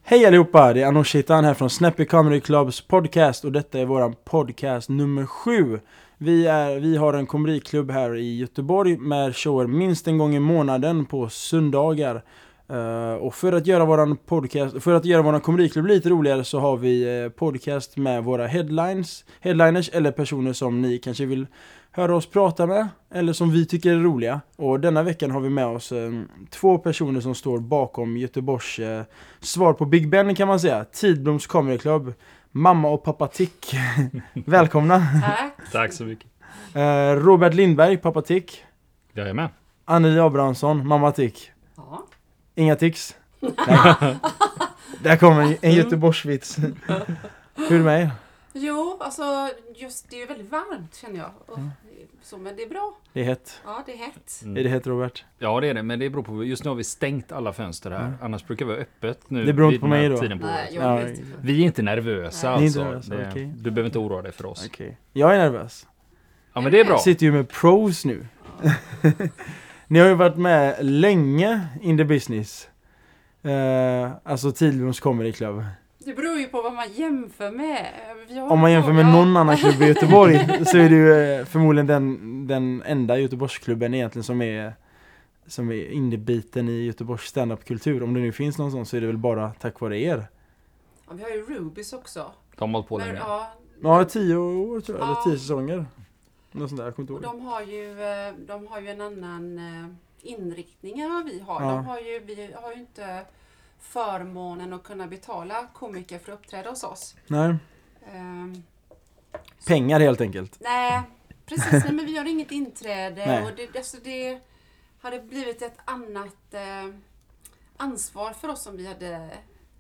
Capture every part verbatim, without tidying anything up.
Hej allihopa, det är Anoush Shaitan här från Snappy Comedy Clubs podcast och detta är våran podcast nummer sju. Vi, är, vi har en komediklubb här i Göteborg med shower minst en gång i månaden på söndagar. Uh, och för att göra våran podcast, för att göra våran komediklubb lite roligare så har vi uh, podcast med våra headlines, headliners eller personer som ni kanske vill höra oss prata med eller som vi tycker är roliga. Och denna veckan har vi med oss uh, två personer som står bakom Göteborgs uh, svar på Big Ben kan man säga. Tidbloms Comedy Club, mamma och pappa Tick. Välkomna. Tack. Tack så mycket. Uh, Robert Lindberg, pappa Tick. Jag är med. Anneli Abrahamsson, mamma Tick. Ja. Inga tics. Där kommer en Göteborgsvits. Hur är det med er? Jo, alltså just det är ju väldigt varmt känner jag. Och, Mm. så, men det är bra. Det är hett. Ja, det är hett. Mm. Är det hett, Robert? Ja, det är det. Men det beror på. Just nu har vi stängt alla fönster här. Mm. Annars brukar vi vara öppet nu. Det beror inte vid på den här mig då. tiden på Nej, året. jag Ja, vet inte. Vi är inte nervösa Nej. Ni är inte alltså. nervösa, det, okej. Du behöver inte oroa dig för oss. Okej. Jag är nervös. Ja, men det är bra. Jag sitter ju med pros nu. Ni har ju varit med länge in the business. Uh, alltså Tidbloms Comedy Club. Det beror ju på vad man jämför med. Vi har Om man jämför med ja. någon annan klubb i Göteborg så är det ju uh, förmodligen den, den enda Göteborgsklubben egentligen som är som är inbiten i Göteborgs stand-up-kultur. Om det nu finns någon sån så är det väl bara tack vare er. Ja, vi har ju Rubys också. De har hållit på Men, länge. ja, Ja, tio år tror jag, Ja. eller tio säsonger. Något sånt där, jag kommer inte och ihåg. de har ju, eh, de har ju en annan eh, inriktning än vad vi har. Ja. De har ju, vi har ju inte förmånen att kunna betala komiker för att uppträda hos oss. Nej, Ehm, pengar helt enkelt. Nej, precis. Nej, men vi har inget inträde. Nej. Och det, alltså det hade blivit ett annat eh, ansvar för oss om vi hade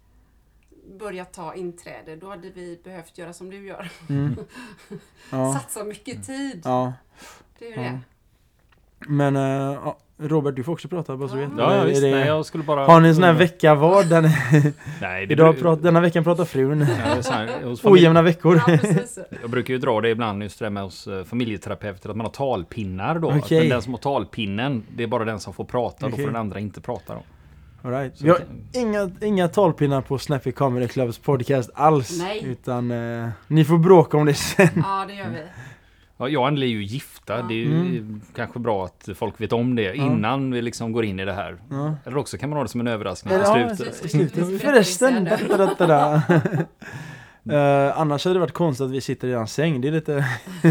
börjat ta inträde. Då hade vi behövt göra som du gör. Mm. Ja. Satsa mycket tid. Ja. Det är ju Ja. det. Men uh, ja, Robert, du får också prata bara så Ja. vet. Ja, ja Är visst. det, Nej, jag skulle bara... har ni en sån här vecka vad? Den, Nej, det idag bru- prat, denna veckan pratar frun. Ja, det är så här, hos familj- Ojämna veckor. Ja, precis. Jag brukar ju dra det ibland just det där med hos eh, familjeterapeuter att man har talpinnar då. Okej. Men den som har talpinnen, det är bara den som får prata. Då Okej. får den andra inte prata då. All right. Så Vi har det- inga, inga talpinnar på Snappy Comedy Clubs podcast alls. Nej. Utan uh, ni får bråka om det sen. Ja, det gör vi. Ja, jag och Anneli är ju gifta. Ja. Det är ju Mm. kanske bra att folk vet om det innan vi liksom går in i det här. Ja. Eller också kan man ha det som en överraskning Eller, på ja, slutet. i slutet. Precis. Förresten. Da, Berättelse. da, da, da. Uh, annars hade det varit konstigt att vi sitter i en säng. Det är lite...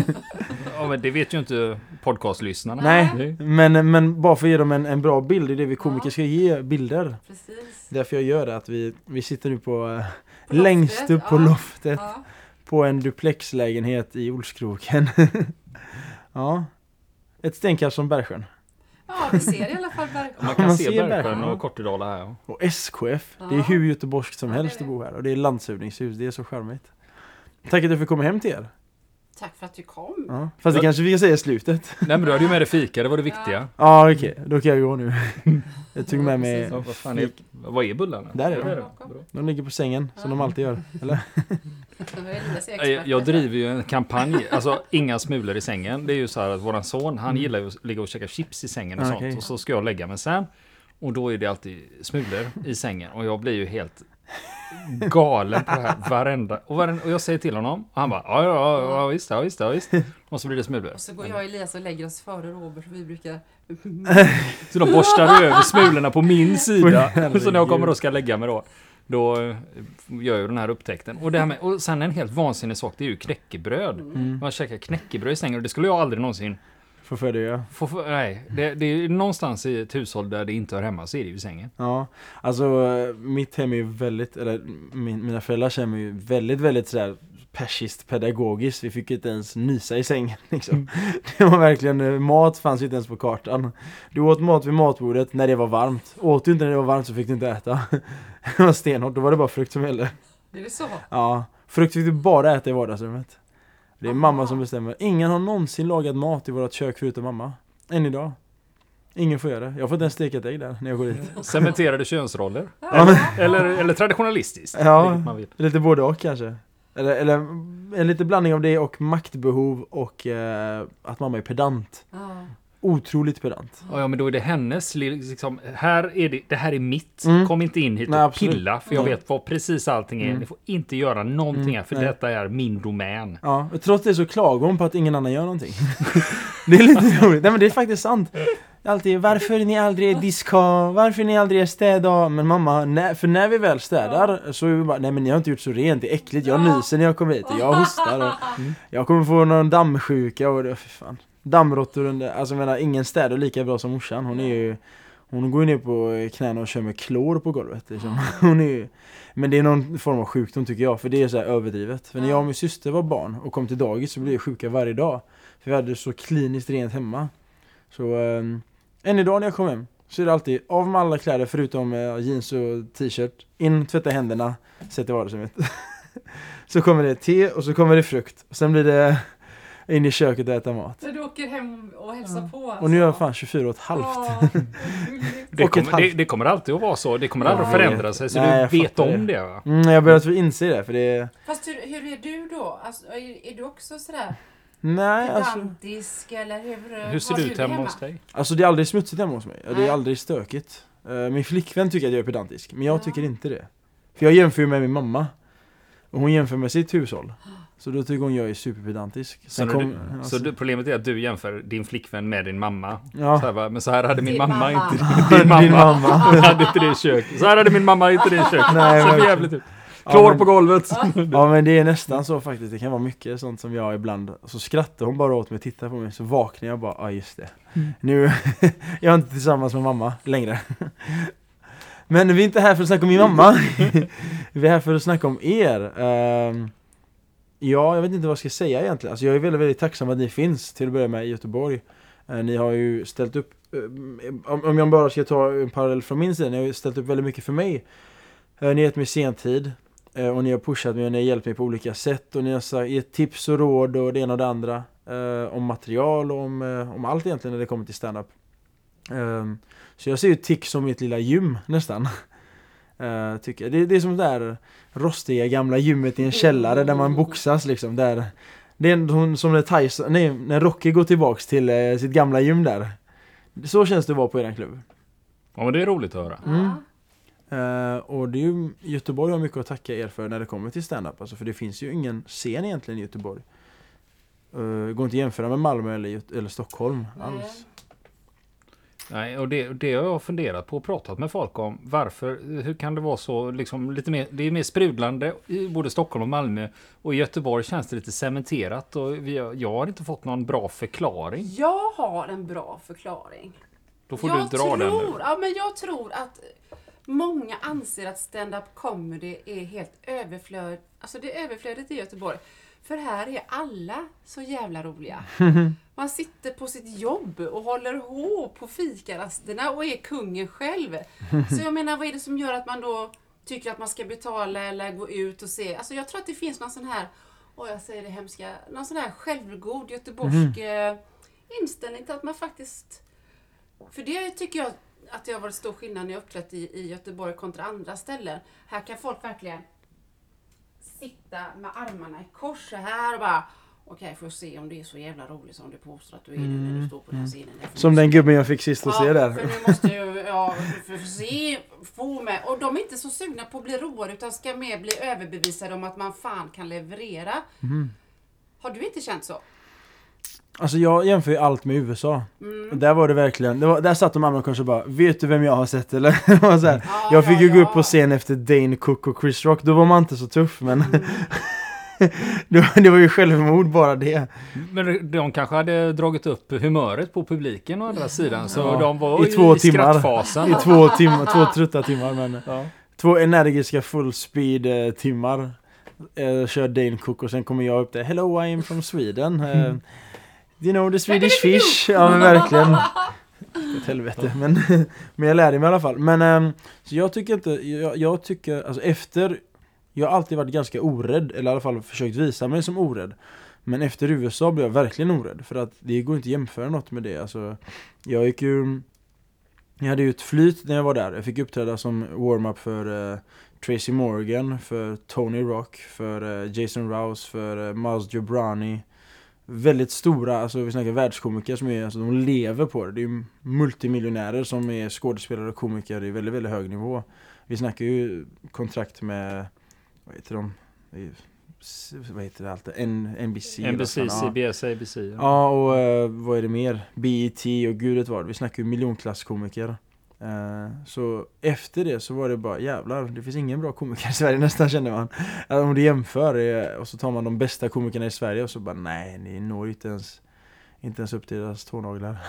Ja, men det vet ju inte podcastlyssnarna. Nej, Nej. men, men bara för att ge dem en, en bra bild. Det är det vi komiker Ja. ska ge bilder. Precis. Därför jag gör det. Att vi, vi sitter nu på, uh, På längst loftet, upp på ja. loftet. Ja. På en duplexlägenhet i Olskroken. Ja. Ett stenkast från Bergsjön. ja, vi ser i alla fall Bergsjön. Man kan Man se ser Bergsjön Bergsjön. och Kortedala här. Ja. Och S K F. Det är Ja. hur göteborgskt som Ja, det är helst det. att bo här. Och det är landshövdingshus. Det är så charmigt. Tack att du fick komma hem till er. Tack för att du kom. Ja. Fast det Ja. kanske vi kan säga i slutet. Nej, men du hade ju med dig fika, det var det viktiga. Ja, okej. Då kan jag gå nu. Jag tog med mig... Ja, vad, fan är, vad är bullarna? Där är de. Bra. De ligger på sängen, som Ja. de alltid gör. Eller? Elias är Jag, expert. jag driver ju en kampanj, alltså inga smulor i sängen. Det är ju så här att våran son, han Mm. gillar ju att ligga och käka chips i sängen och Ah, sånt. okej. Och så ska jag lägga mig sen. Och då är det alltid smulor i sängen. Och jag blir ju helt galen på det här varenda. Och, varenda, och jag säger till honom. Och han bara, ja, ja, ja, ja visst, ja, visst, ja, visst. Och så blir det smulor. Och så går jag och Elias och lägger oss före Robert och vi brukar... Så de borstar över smulorna på min sida. Herregud. Så när jag kommer och ska lägga mig då. Då eh, gör jag den här upptäckten. Och, det här med, och sen en helt vansinnig sak, det är ju knäckebröd. Mm. Man käkar knäckebröd i sängen och det skulle jag aldrig någonsin Får för det ja. få. För, nej, det, det är någonstans i ett hushåll där det inte hör hemma så är det ju i sängen. Ja, alltså mitt hem är ju väldigt, eller min, mina föräldrars hem är ju väldigt, väldigt sådär persiskt pedagogiskt. Vi fick inte ens nysa i sängen liksom. Det var verkligen, mat fanns ju inte ens på kartan. Du åt mat vid matbordet när det var varmt. Åt du inte när det var varmt så fick du inte äta. Det var stenhårt, då var det bara frukt som gällde. Är det så? Ja, frukt fick du bara äta i vardagsrummet. Det är Aha. mamma som bestämmer. Ingen har någonsin lagat mat i vårt kök förutom mamma. Än idag. Ingen får göra det. Jag får inte ens steka ett ägg där när jag går dit. Cementerade könsroller. Ja, men, Eller, eller traditionalistiskt. Ja. Vilket man vill. lite både och kanske. Eller, eller en liten blandning av det och maktbehov och eh, att mamma är pedant. Ja. otroligt pedant. Ja, men då är det hennes, liksom, här är det, det här är mitt, Mm. kom inte in hit Nej, och absolut. pilla, för jag Mm. vet vad precis allting är. Mm. Ni får inte göra någonting Mm, här, för nej. detta är min domän. Ja, och trots det så klagar hon på att ingen annan gör någonting. Det är lite roligt. Nej men det är faktiskt sant. Alltid, varför är ni aldrig diska? Varför är ni aldrig städa? Men mamma, nej, för när vi väl städar så är vi bara, nej men ni har inte gjort så rent, det är äckligt. Jag nyser när jag kommer hit och jag hostar och Mm. jag kommer få någon dammsjuka och det, för fan. Dammråttor under, alltså jag menar, ingen städar lika bra som morsan. Hon är ju, hon går ju ner på knäna och kör med klor på golvet. Liksom. Hon är ju, men det är någon form av sjukdom tycker jag, för det är så här överdrivet. För när jag och min syster var barn och kom till dagis så blev jag sjuka varje dag. För vi hade så kliniskt rent hemma. Så um, än idag när jag kom hem så är det alltid av med alla kläder förutom uh, jeans och t-shirt. In, tvätta händerna, sätt i vardagsrummet. Så kommer det te och så kommer det frukt. Och sen blir det in i köket och äta mat. Så du åker hem och hälsar Ja. på alltså. Och nu är jag fan tjugofyra och ett halvt. Åh, Det Och ett kommer, det, halvt. det kommer alltid att vara så, det kommer Ja, aldrig att jag förändra vet. sig, så Nej, jag du vet fattar om det. det, va? Mm, jag har börjat inse det, för det är... Fast hur, hur är du då? Alltså, är, är du också sådär Nej, alltså... pedantisk eller hur? Hur ser har det du ut hemma hos dig? Alltså det är aldrig smutsigt hemma hos mig. Det Nej. är aldrig stökigt. Uh, min flickvän tycker att jag är pedantisk, men jag Ja. tycker inte det. För jag jämför ju med min mamma. Och hon jämför med sitt hushåll. Så då tycker hon jag är superpedantisk. Så, Sen när kom, du, alltså, så du, problemet är att du jämför din flickvän med din mamma. ja. Så här, va, men så här hade min Din mamma, mamma. inte din mamma. Din mamma. Hon hade inte det i kök. Så här hade min mamma inte det i kök. Nej, Så för verkligen. jävligt ut. Ja, Klor men- på golvet. Ja men det är nästan så faktiskt. Det kan vara mycket sånt som jag ibland. Så skrattar hon bara åt mig och tittar på mig. Så vaknar jag bara, ja ah, just det. Mm. Nu, jag är inte tillsammans med mamma längre. Men vi är inte här för att snacka om min mamma. Vi är här för att snacka om er. Ehm, ja, jag vet inte vad jag ska säga egentligen. Alltså jag är väldigt, väldigt tacksam att ni finns till att börja med i Göteborg. Eh, ni har ju ställt upp, eh, om, om jag bara ska ta en parallell från min sida, ni har ju ställt upp väldigt mycket för mig. Eh, ni har gett mig sentid. Eh, och ni har pushat mig och ni har hjälpt mig på olika sätt. Och ni har sagt, gett tips och råd och det ena och det andra. Eh, om material och om, eh, om allt egentligen när det kommer till stand-up. Um, så jag ser ju Tick som mitt lilla gym nästan. uh, tycker jag. Det, det är som det där rostiga gamla gymmet i en källare där man boxas liksom. Där, det är som, som när, Tyson, nej, när Rocky går tillbaks till uh, sitt gamla gym där. Så känns det att vara på er klubb. Ja, men det är roligt att höra. Mm. Uh, och det är ju, Göteborg har mycket att tacka er för när det kommer till stand-up. Alltså, för det finns ju ingen scen egentligen i Göteborg. Uh, går inte att jämföra med Malmö eller, Göte- eller Stockholm alls. Nej, och det, det har jag funderat på och pratat med folk om. Varför, hur kan det vara så, liksom, lite mer, det är mer sprudlande i både Stockholm och Malmö. Och i Göteborg känns det lite cementerat och vi har, jag har inte fått någon bra förklaring. Jag har en bra förklaring. Då får jag du dra tror, den nu. Ja, men jag tror att många anser att stand-up comedy är helt överflöd. Alltså det är överflödet i Göteborg. För här är alla så jävla roliga. Man sitter på sitt jobb och håller hå på fikarasterna och är kungen själv. Så jag menar, vad är det som gör att man då tycker att man ska betala eller gå ut och se? Alltså jag tror att det finns någon sån här, och jag säger det hemska, någon sån här självgod göteborgsk mm. inställning till att man faktiskt... För det tycker jag att det har varit stor skillnad när jag uppträtt i, i Göteborg kontra andra ställen. Här kan folk verkligen sitta med armarna i kors så här och bara okej, okay, får se om det är så jävla roligt som du påstår att du är mm. när du står på den här scenen. Som den gubben jag fick sist att ja, se där. för nu måste ju, ja, för, för se, få med. Och de är inte så sugna på att bli roade utan ska mer bli överbevisade om att man fan kan leverera. Mm. Har du inte känt så? Alltså jag jämför ju allt med U S A. Mm. Och där var det verkligen, det var, där satt de andra kanske bara, vet du vem jag har sett eller? så här. Ja, jag fick ja, ju gå ja. upp på scen efter Dane Cook och Chris Rock, då var man inte så tuff men Mm. det, var, det var ju självmord bara det. Men de kanske hade dragit upp humöret på publiken å andra sidan. Så Ja, de var i två i timmar. skrattfasen. I två timmar, två trötta timmar men Ja. två energiska full speed eh, timmar. Eh, kör Dane Cook och sen kommer jag upp där, hello I am from Sweden. Eh, Mm. you know the Swedish fish. Ja men verkligen. Ett helvete. Men, men jag lärde mig i alla fall. Men äm, så jag tycker inte, jag, jag tycker, alltså efter, jag har alltid varit ganska orädd, eller i alla fall försökt visa mig som orädd. Men efter U S A blev jag verkligen orädd. För att det går inte att jämföra något med det. Alltså, jag gick ju, jag hade ju ett flyt när jag var där. Jag fick uppträda som warm-up för uh, Tracy Morgan, för Tony Rock, för uh, Jason Rouse, för uh, Miles Jobrani. väldigt stora, alltså vi snackar världskomiker som är, alltså de lever på det. Det är ju multimiljonärer som är skådespelare och komiker i väldigt, väldigt hög nivå. Vi snackar ju kontrakt med, vad heter de? Vad heter det alltid? N B C. N B C, C B S, A B C. Ja, ja och uh, vad är det mer? B E T och gudet var det. Vi snackar ju miljonklass-komiker. Uh, så efter det så var det bara jävlar, det finns ingen bra komiker i Sverige nästan, känner man. Alltså, om du jämför uh, och så tar man de bästa komikerna i Sverige och så bara nej, ni når inte ens inte ens upp till deras tånaglar.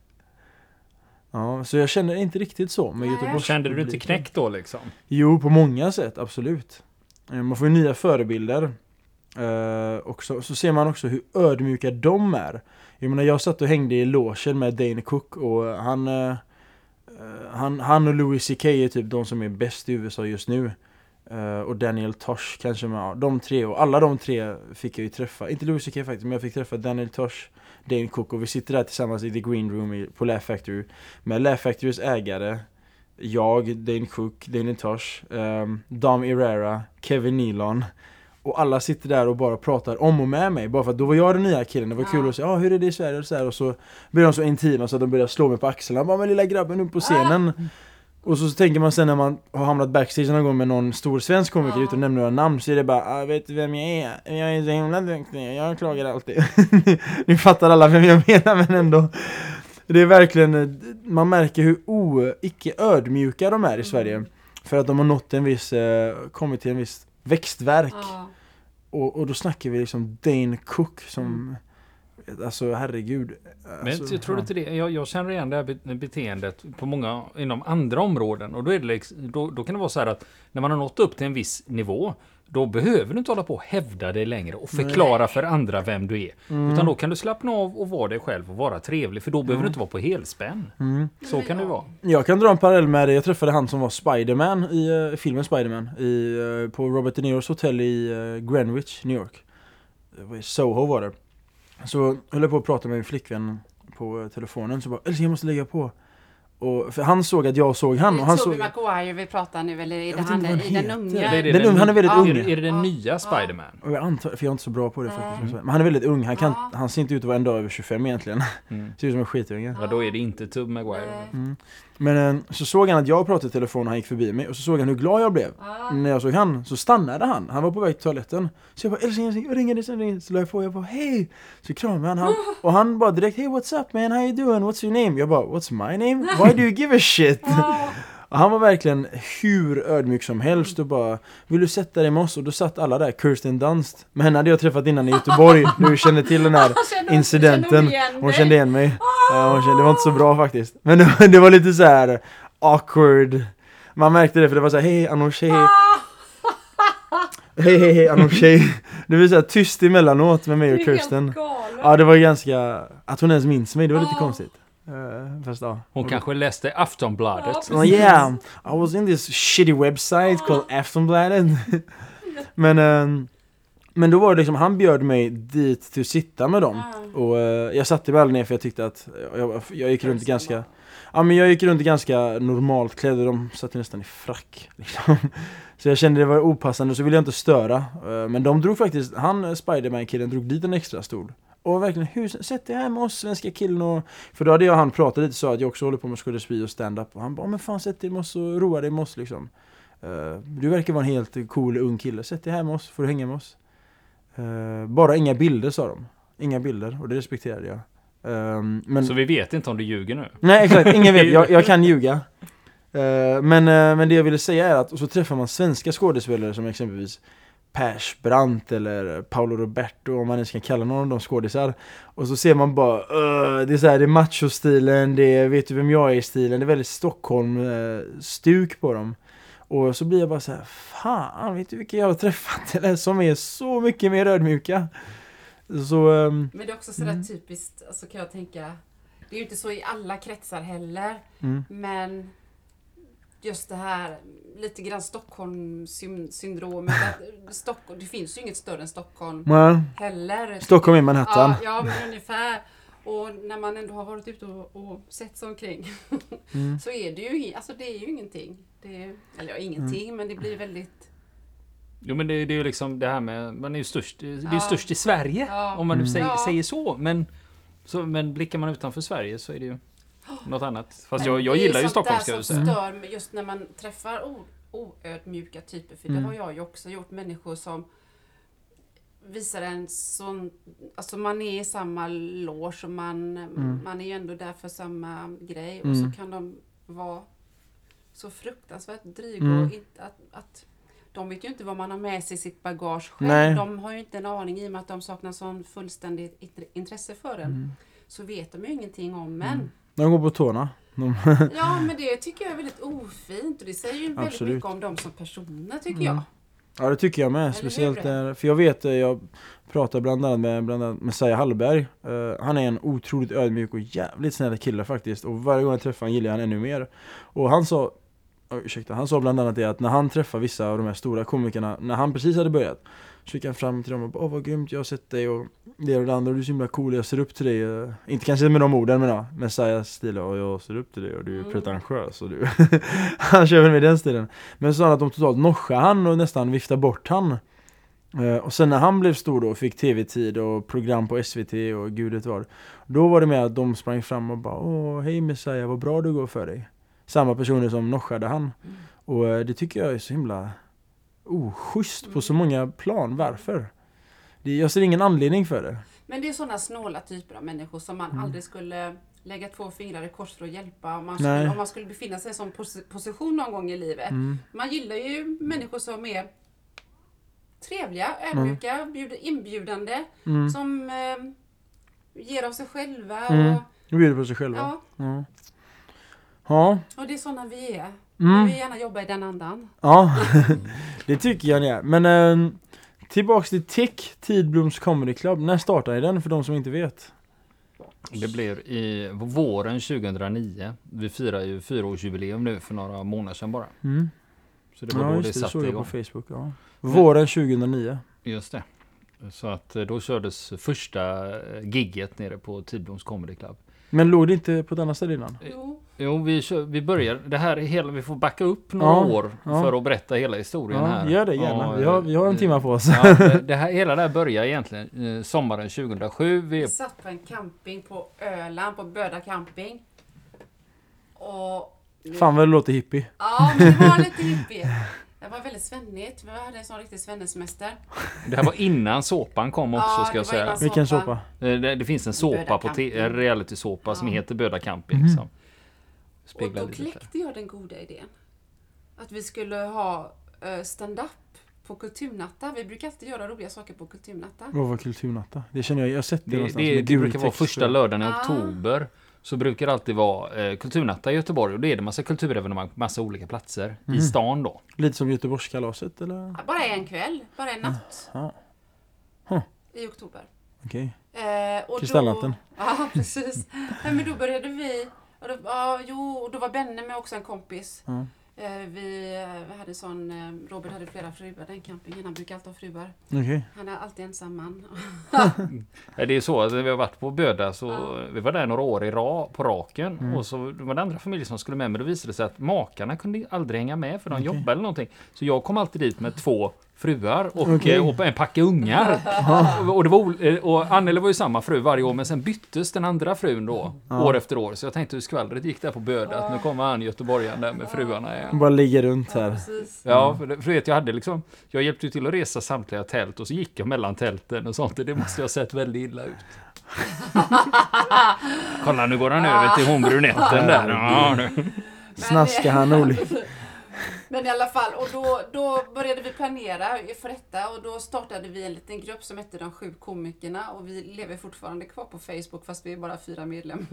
Ja, så jag känner inte riktigt så med Göteborgs. Kände du inte knäckt då liksom? Jo, på många sätt, absolut. Uh, man får ju nya förebilder. Uh, och så, så ser man också hur ödmjuka de är. Jag menar, jag satt och hängde i logen med Dane Cook och han... Uh, Han, han och Louis C K är typ de som är bäst i U S A just nu. Uh, och Daniel Tosh kanske med. De tre, och alla de tre fick jag ju träffa. Inte Louis C K faktiskt, men jag fick träffa Daniel Tosh, Dane Cook. Och vi sitter där tillsammans i The Green Room i, på Laugh Factory. Med Laugh Factorys ägare, jag, Dane Cook, Daniel Tosh, um, Dom Irrera, Kevin Nealon. Och alla sitter där och bara pratar om och med mig. Bara för att då var jag den nya killen. Det var kul att säga, ah, hur är det i Sverige? Och så, här, och så blir de så intima så att de börjar slå mig på axlarna. Bara, men lilla grabben upp på scenen. Ah. Och så, så tänker man sen när man har hamnat backstage någon gång med någon stor svensk komiker ah. utan att nämna några namn. Så är det bara, ah, vet du vem jag är? Jag är så himla duktig. Jag klagar alltid. Ni fattar alla vem jag menar, men ändå. Det är verkligen, man märker hur o, icke ödmjuka de är i Sverige. Mm. För att de har nått en viss, eh, kommit till en viss växtverk. Ah. Och, och då snackar vi liksom Dane Cook som, mm. alltså herregud. Men alltså, jag tror ja. inte det, jag, jag känner igen det här beteendet på många, inom andra områden. Och då, är det liksom, då, då kan det vara så här att när man har nått upp till en viss nivå, då behöver du inte hålla på och hävda dig längre och förklara Nej. för andra vem du är. Mm. Utan då kan du slappna av och vara dig själv och vara trevlig. För då behöver mm. du inte vara på helspänn. Mm. Så kan det vara. Jag kan dra en parallell med det. Jag träffade han som var Spider-Man i uh, filmen Spider-Man i, uh, på Robert De Niros hotell i uh, Greenwich, New York. I Soho var det. Så höll jag på att prata med min flickvän på uh, telefonen. Så bara, Elsie, jag måste lägga på. Och för han såg att jag såg han. Och han Tobey såg... Maguire vi pratar nu, eller är det han, i den unga? Det är det den, den, han är väldigt ja. ung. Är det, är det den ja. nya Spider-Man? Och jag antar, för jag är inte så bra på det faktiskt. Men han är väldigt ung. Han, kan, ja. han ser inte ut att vara en dag över tjugofem egentligen. Mm. Ser ut som en skitunge. Ja, då är det inte Tobey Maguire. Mm. Men så såg han att jag pratade i telefon och han gick förbi mig. Och så såg han hur glad jag blev. Ah. När jag såg han så stannade han. Han var på väg till toaletten. Så jag bara, Elsie, jag ringer dig, ringer dig. Så la jag på, jag bara, hej. Så kramade han han. Och han bara direkt, hey, what's up man, how you doing? What's your name? Jag bara, what's my name? Why do you give a shit? Ah. Och han var verkligen hur ödmjuk som helst och bara, vill du sätta dig med oss? Och då satt alla där, Kirsten Dunst. Men henne hade jag träffat innan i Göteborg. Nu kände till den här kände, incidenten. Hon kände igen mig. Ja, hon kände, det var inte så bra faktiskt. Men det var, det var lite så här awkward. Man märkte det för det var så här, hej Anoush, hej. Hej, hej, hej Anoush, hej. Det var så här tyst emellanåt med mig och Kirsten. Ja, det var ganska, att hon ens minns mig, det var lite konstigt. Uh, fast, uh, Hon kanske läste Aftonbladet. Oh, yeah, I was in this shitty website called Aftonbladet. men, uh, men då var det liksom, han bjöd mig dit till att sitta med dem. Och uh, jag satte mig aldrig ner för jag tyckte att jag, jag gick runt ganska ja, men jag gick runt ganska normalt klädd och de satt nästan i frack liksom. Så jag kände det var opassande, så ville jag inte störa. Uh, men de drog faktiskt, han Spider-Man-killen drog dit en extra stol. Och verkligen, hur, sätt dig här med oss svenska killen och... För då hade jag han pratat lite så att jag också håller på med skådespel och stand-up. Och han bara, men fan sätt dig med oss och roa dig med oss liksom. Uh, du verkar vara en helt cool ung kille. Sätt dig här med oss, får du hänga med oss. Uh, bara inga bilder, sa de. Inga bilder, och det respekterade jag. Uh, men... Så vi vet inte om du ljuger nu? Nej, exakt. Ingen vet. Jag, jag kan ljuga. Uh, men, uh, men det jag ville säga är att och så träffar man svenska skådespelare som exempelvis Pers Brandt eller Paolo Roberto, om man ens kan kalla någon av de skådisar. Och så ser man bara, uh, det är så här, det är macho-stilen, det är vet du vem jag är i stilen, det är väldigt Stockholm-stuk på dem. Och så blir jag bara så här, fan, vet du vilka jag har träffat eller, som är så mycket mer ödmjuka. Så, um, men det är också sådär mm. typiskt, alltså kan jag tänka, det är ju inte så i alla kretsar heller, mm. men just det här lite grann Stockholm-syndromet. Stockholm, det finns ju inget större än Stockholm mm. heller. Stockholm är Manhattan. Ja, ja, men ungefär. Och när man ändå har varit ute och, och sett sig omkring mm. så är det ju, alltså det är ju ingenting. Det är, eller ja, ingenting, mm. men det blir väldigt Jo, men det, det är ju liksom det här med, man är ju störst, det är ju Ja. störst i Sverige, Ja. om man nu Mm. säger, Ja. säger så. Men, så. men blickar man utanför Sverige så är det ju något annat. Fast jag, Men jag det är gillar ju sånt Stockholm, där ska jag som säga. stör mig just när man träffar o- oödmjuka typer. För Mm. det har jag ju också gjort. Människor som visar en sån... Alltså man är i samma loge och man, Mm. man är ju ändå där för samma grej. Och Mm. så kan de vara så fruktansvärt dryga. Mm. Och inte, att, att, de vet ju inte vad man har med sig i sitt bagage själv. Nej. De har ju inte en aning i och med att de saknar sån fullständigt int- intresse för en. Mm. Så vet de ju ingenting om men. Mm. De går på tårna. De... Ja, men det tycker jag är väldigt ofint och det säger ju väldigt Absolut. mycket om dem som personer tycker Mm. jag. Ja, det tycker jag med. Eller Speciellt hur? där, för jag vet, eh, jag pratar bland annat med, bland annat med Saja Hallberg. Uh, han är en otroligt ödmjuk och jävligt snäll kille faktiskt. Och varje gång jag träffar han gillar han ännu mer. Och han sa, oh, ursäkta, han sa bland annat det att när han träffar vissa av de här stora komikerna, när han precis hade börjat, så gick han fram till dem och bara, åh vad grymt, jag har sett dig och det och det andra, och du är så himla cool, jag ser upp till dig. Uh, inte kanske med de orden, men ja, med Sajas stil, och jag ser upp till dig och du är Mm. pretentiös och du han kör väl med den stilen. Men så sa han att de totalt noschade han och nästan viftade bort han. Uh, och sen när han blev stor då, fick tv-tid och program på S V T och gudet var, då var det med att de sprang fram och bara, åh hej Messiah, vad bra du går för dig. Samma personer som noschade han. Mm. Och uh, det tycker jag är så himla oschysst på så många plan. Varför? Det, jag ser ingen anledning för det. Men det är sådana snåla typer av människor som man Mm. aldrig skulle lägga två fingrar i kors för att hjälpa. Om man, Nej. skulle, om man skulle befinna sig i en sån pos- position någon gång i livet. Mm. Man gillar ju människor som är trevliga, ödmjuka, bjuder, inbjudande. Mm. Som eh, ger av sig själva. Mm. Och, De bjuder på sig själva. ja, Ja. Ja. och det är sådana vi är. Mm. Vi vill gärna jobba i den andan. Ja. Det tycker jag ni är. Men eh, tillbaks till Tick, Tidbloms Comedy Club. När startade den för de som inte vet? Det blir i våren tjugohundranio. Vi firar ju fyraårsjubileum nu för några månader sedan bara. Mm. Så det var Ja, då just det det, det satte såg jag igång. på Facebook. Ja. Våren tjugohundranio. Just det. Så att eh, då kördes första eh, gigget nere på Tidbloms Comedy Club. Men låg det inte på ett annat ställe innan? Jo. Jo, vi, kör, vi börjar. Det här är hela, vi får backa upp några Ja, år ja. för att berätta hela historien Ja, här. gör det gärna. Ja, Vi har, vi har en eh, timme på oss. Ja, det, det här, hela det här börjar egentligen eh, sommaren tjugohundrasju. Vi Vi är satt på en camping på Öland, på Böda camping. Och... Fan vad det låter hippie. Ja, men det var lite hippie. Det var väldigt svennigt. Vi hade en sån riktig svennesemester. Det här var innan såpan kom också, Ja, ska det jag var säga. innan Vilken såpa. såpa? Eh, Det, det finns en såpa Böda på Camping. te- en reality-såpa som Ja. heter Böda Camping. Mhm. Som Och speglar då lite där. kläckte jag den goda idén. Att vi skulle ha eh, stand-up på kulturnatta. Vi brukar alltid göra roliga saker på kulturnatta. Vad var kulturnatta? Det känner jag, jag har sett det, Det, någonstans. det, med det gul brukar vara text första och- lördagen i Ah. oktober. Så brukar det alltid vara eh, kulturnatta i Göteborg. Och då är det massa kulturevenemang på massa olika platser Mhm. i stan då. Lite som Göteborgskalaset eller? Ja, bara en kväll, bara en natt Ja, Huh. i oktober. okej. Eh, och Kristallnatten. Då, ja, precis. Nej, men då började vi, och då, ja, jo, och då var Benne med också, en kompis. Ja. Eh, vi, eh, vi hade sån, eh, Robert hade flera fruar, den campingen, han brukar alltid ha fruar. Okej. Han är alltid ensam man. Ja, det är så att vi har varit på Böda så Ja. vi var där några år i ra, på raken Mm. och så var det andra familjer som skulle med, men då visade det sig att makarna kunde aldrig hänga med för de Okej. jobbade eller någonting. Så jag kom alltid dit med två fruar och, Okej. eh, och en packe ungar. och, och, det var, ol- eh, och Anneli var ju samma fru varje år, men sen byttes den andra frun då Ja. år efter år. Så jag tänkte hur skvallret gick där på Böda, att nu kommer han göteborgaren där med fruarna igen. Bara ligger runt Ja, här. precis. Ja, för, det, för vet, jag hade liksom, jag hjälpte ju till att resa samtliga tält och så gick jag mellan tälten och sånt och det måste jag ha sett väldigt illa ut. Kolla, nu går han över till hon brunetten där. Ja, nu. Snaskar han olika. Men i alla fall, och då, då började vi planera för detta och då startade vi en liten grupp som hette De sju komikerna och vi lever fortfarande kvar på Facebook fast vi är bara fyra medlemmar.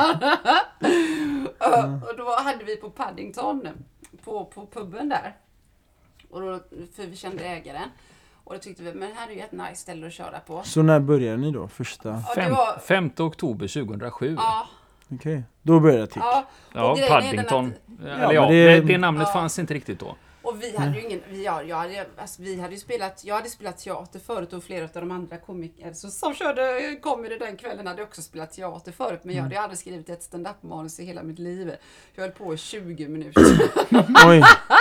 och, och då hade vi på Paddington, på, på puben där, och då, för vi kände ägaren. Och då tyckte vi, men här är ju ett nice ställe att köra på. Så när började ni då? Första? Ja, det Fem, var- femte oktober tjugohundrasju. Ja, Okej. Då började det tick. ja. Ja, och grejen är den Paddington. att- Eller Ja, ja, men det, det- det, namnet Ja. fanns inte riktigt då. Och vi hade ju ingen, vi, ja, jag hade, alltså, vi hade ju spelat, jag hade spelat teater förut och flera av de andra komiker så, som körde comedy den kvällen hade också spelat teater förut, men jag hade aldrig skrivit ett stand-up manus i hela mitt liv. Jag höll på i tjugo minuter. Oj.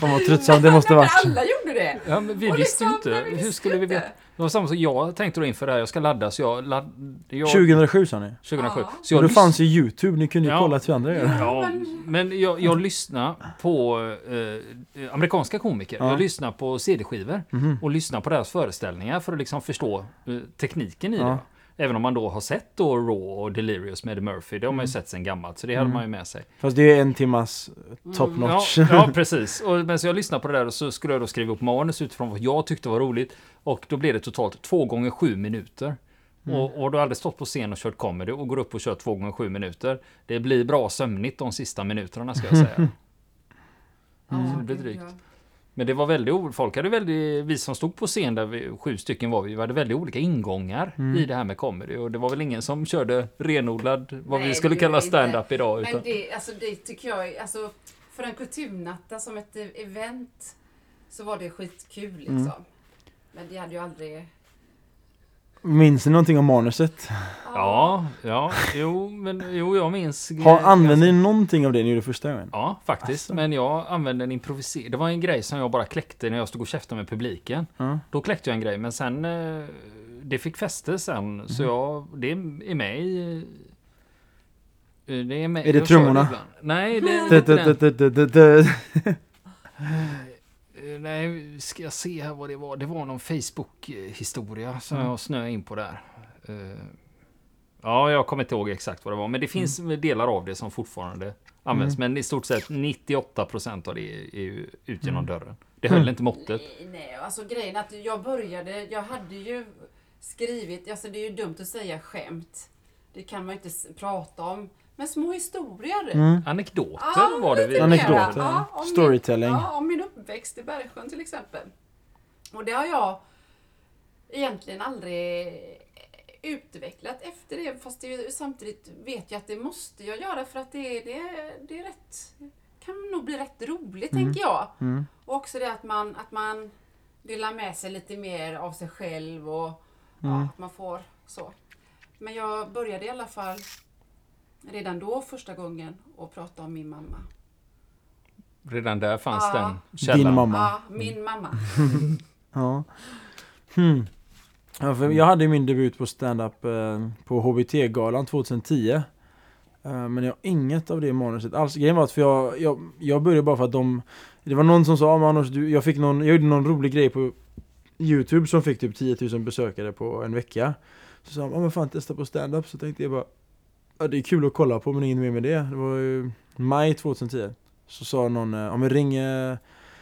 Fan vad tröttsamt det måste varit. Alla gjorde det. Ja, men vi Och visste ju liksom, inte. vi Hur visste skulle vi inte. veta? Det var samma som jag tänkte då inför det här. Jag ska ladda, så jag... Ladd, jag tjugohundrasju sa ni. tjugohundrasju. Ja. Så jag Och det lys- fanns ju YouTube, ni kunde ju Ja. kolla till andra gör. Ja, men jag, jag lyssnar på eh, amerikanska komiker. Ja. Jag lyssnar på C D-skivor. Mhm. Och lyssnar på deras föreställningar för att liksom förstå eh, tekniken i Ja. det. Även om man då har sett då Raw och Delirious med Eddie Murphy. Det har man ju sett sen gammalt. Så det hade Mm. man ju med sig. Fast det är en timmas top notch. Ja, ja, precis. Och, men så jag lyssnade på det där och så skulle jag då skriva upp manus utifrån vad jag tyckte var roligt. Och då blev det totalt två gånger sju minuter. Mm. Och, och då hade jag stått på scen och kört comedy och går upp och kör två gånger sju minuter. Det blir bra sömnigt de sista minuterna ska jag säga. Ja, Så det blir gud, drygt. ja. Men det var väldigt, o- folk hade väldigt, vi som stod på scen där vi, sju stycken var vi, vi hade väldigt olika ingångar Mm. i det här med comedy. Och det var väl ingen som körde renodlad, vad Nej, vi skulle det kalla gör vi inte. stand-up idag. Utan, Men det, alltså, det tycker jag, alltså, för en kulturnatta som ett event så var det skitkul liksom. Mm. Men det hade ju aldrig... Minns ni någonting om manuset? ja, ja, jo, men jo, jag minns. Har, använde ni någonting av det ni gjorde första gången? Ja, faktiskt. Men jag använde en improviser. Det var en grej som jag bara kläckte när jag stod och käftade med publiken. Ja. Då kläckte jag en grej, men sen eh, det fick fäste sen. Så Mm. jag, det är med i... eh, Det är, med, Är det jag kör trummorna? ibland. Nej, det är Dö, inte dö, den. dö, dö, dö, dö. Eh, Nej, ska jag se här vad det var. Det var någon Facebook-historia som Mm. jag snöade in på där. Eh, Ja, jag kommer inte ihåg exakt vad det var. Men det finns delar av det som fortfarande används. Mm. Men i stort sett nittioåtta procent av det är ju ut genom Mm. dörren. Det höll Mm. inte måttet. Nej, nej, alltså grejen är att jag började, jag hade ju skrivit, alltså det är ju dumt att säga skämt. Det kan man ju inte s- prata om. Men små historier. Mm. Anekdoter Ja, var det. lite vi- mer. Anekdoter, Ja, om storytelling. Min, ja, om min uppväxt i Bergsjön till exempel. Och det har jag egentligen aldrig utvecklat efter det. Fast det är, ju- samtidigt vet jag att det måste jag göra för att det, är- det, är- det är rätt, kan nog bli rätt roligt Mm. tänker jag. Mm. Och också det att man, att man delar med sig lite mer av sig själv och Mm. ja, att man får så. Men jag började i alla fall redan då första gången att prata om min mamma. Redan där fanns Ja. den källan. Din mamma. Ja, min mamma. Ja. Hmm. Ja, för jag hade ju min debut på stand-up eh, på H B T-galan tjugohundratio. Eh, men jag har inget av det manuset alls. Grejen var att för jag, jag, jag började bara för att de... Det var någon som sa, ah, men Anders, du, jag, fick någon, jag gjorde någon rolig grej på YouTube som fick typ tio tusen besökare på en vecka. Så sa de, ah, men fan testa på stand-up. Så tänkte jag bara, ja, det är kul att kolla på men inget mer med det. Det var ju maj tjugohundratio. Så sa någon, ja men ring eh,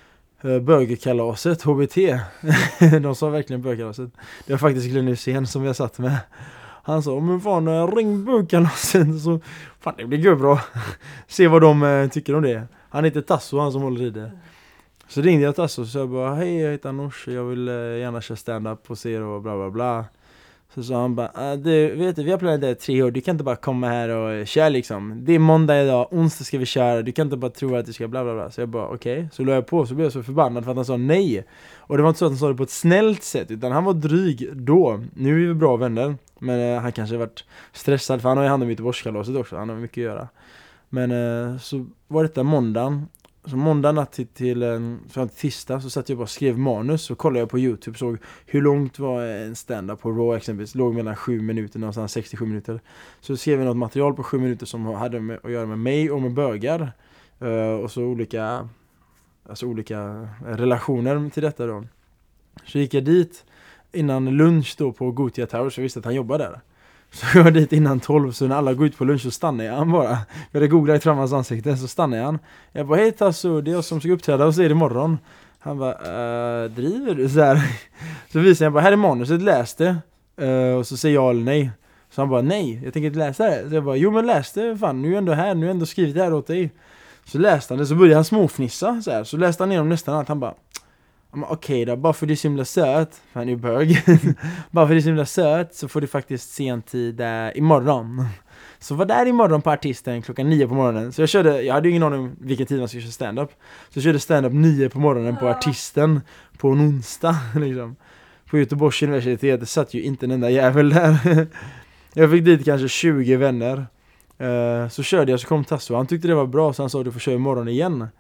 bögekalaset, H B T. De sa verkligen bögekalaset. Det var faktiskt Glenn Hysén som jag satt med. Han sa, men fan eh, ring bögekalaset. Så fan det blir gud bra. Se vad de eh, tycker om det. Han heter Tasso, han som håller i det. Så ringde jag Tasso och sa bara, hej jag heter Anoush, jag vill eh, gärna köra stand-up på er och bla bla bla. Så sa han bara, ah, du vet du, vi har planerat det tre år, du kan inte bara komma här och köra liksom. Det är måndag idag, onsdag ska vi köra, du kan inte bara tro att du ska bla bla bla. Så jag bara, okej. Okay. Så la jag på, så blev jag så förbannad för att han sa nej. Och det var inte så att han sa det på ett snällt sätt, utan han var dryg då. Nu är vi bra vänner, men eh, han kanske har varit stressad, för han har ju hand om Göteborgskalaset också, han har mycket att göra. Men eh, så var detta måndagen. Så måndag natt till, till, fram till tisdag så satt jag bara och skrev manus. Så kollade jag på YouTube, såg hur långt var en stand-up på Raw exempelvis. Låg mellan sju minuter, någonstans sextiosju minuter. Så skrev jag något material på sju minuter som hade med, att göra med mig och med bögar. Uh, och så olika, alltså olika relationer till detta då. Så gick jag dit innan lunch då på Gothia Tower, så jag visste att han jobbade där. Så jag var dit innan tolv, så när alla går ut på lunch så stannar jag han bara. Jag hade googlat fram hans ansikte, så stannar jag han. Jag bara, hej Tasso, det är jag som ska uppträda och se det imorgon. Han bara, äh, driver du? Så här. Så visar jag bara, här är manuset, läs det. Uh, och så säger jag eller nej. Så han bara, nej, jag tänker inte läsa det. Så jag bara, jo men läs det, fan, nu är jag ändå här, nu är jag ändå skrivit det här åt dig. Så läste han det, så började han småfnissa så här. Så läste han igenom nästan allt, han bara, okej okay då, bara för det är så himla söt, för han är ju bög. Bara för det är så himla söt så får du faktiskt se en tid äh, imorgon. Så var där imorgon på Artisten klockan nio på morgonen. Så jag körde, jag hade ju ingen aning om vilken tid man skulle köra stand-up. Så jag körde stand-up nio på morgonen på Artisten på en onsdag liksom. På Göteborgs universitet, det satt ju inte en enda jävel där. Jag fick dit kanske tjugo vänner. uh, Så körde jag, så kom Tasso, han tyckte det var bra, så han sa du får köra imorgon igen.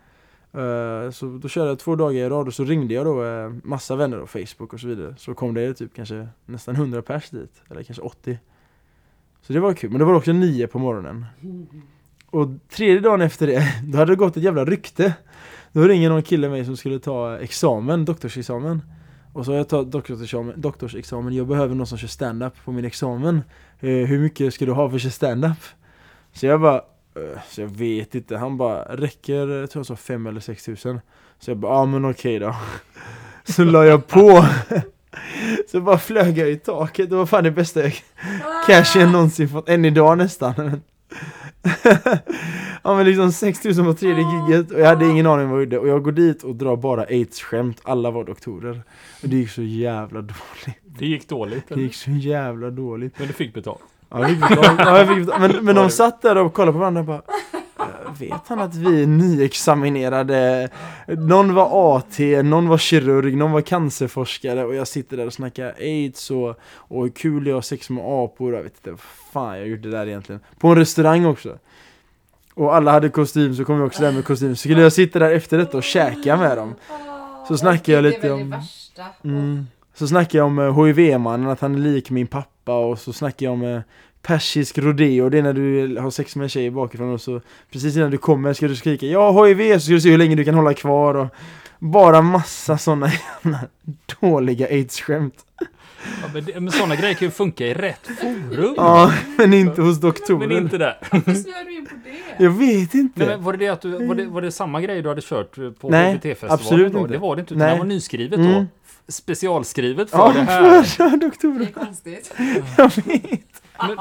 Uh, så då körde jag två dagar i rad och så ringde jag då uh, massa vänner och Facebook och så vidare. Så kom det typ kanske nästan hundra pers dit, eller kanske åttio. Så det var kul, men det var också nio på morgonen. Och tredje dagen efter det, då hade det gått ett jävla rykte. Då ringer någon kille mig som skulle ta examen, doktorsexamen. Och så har jag tagit doktorsexamen, doktorsexamen. Jag behöver någon som kör stand-up på min examen. Uh, hur mycket ska du ha för att köra stand-up? Så jag bara, uh, så jag vet inte. Han bara, räcker, jag tror jag sa fem eller sex tusen. Så jag bara, ja ah, men okej då. Så la jag på. Så bara flög jag i taket. Det var fan det bästa cash jag någonsin fått. Än idag nästan. Ja men liksom sex tusen på tredje gigget. Och jag hade ingen aning vad jag gjorde. Och jag går dit och drar bara AIDS-skämt. Alla var doktorer. Och det gick så jävla dåligt. Det gick dåligt? Det gick så jävla dåligt. Men du fick betalt? Ja, jag fick betalt. Ja, jag fick betalt. Men, men de satt där och kollade på varandra och bara, vet han att vi är nyexaminerade? Någon var A T, någon var kirurg, någon var cancerforskare. Och jag sitter där och snackar AIDS och, och hur kul jag har sex med apor. Jag vet inte vad fan jag gjorde där egentligen. På en restaurang också. Och alla hade kostym, så kom jag också där med kostym. Så skulle jag sitta där efter detta och käka med dem. Så snackar jag lite om... Mm, så snackar jag om H I V-mannen, att han är lik min pappa. Och så snackar jag om eh, persisk rodeo. Det är när du har sex med en tjej bakifrån. Och så precis innan du kommer ska du skrika, ja H I V, så ska du se hur länge du kan hålla kvar. Och bara massa sådana dåliga AIDS-skämt. Ja, men, det, men sådana grejer kan ju funka i rätt forum. Ja, men inte hos doktorer. Men inte där. Varför snör du in på det? Jag vet inte. Nej, men var det det att du, var det, var det samma grej du hade kört på Nej, H B T-festivalen? absolut då? inte. Det var det inte, utan Nej. det var nyskrivet Mm. då. Specialskrivet för Ja, det här. för doktorer. Det är konstigt. Jag vet. Men,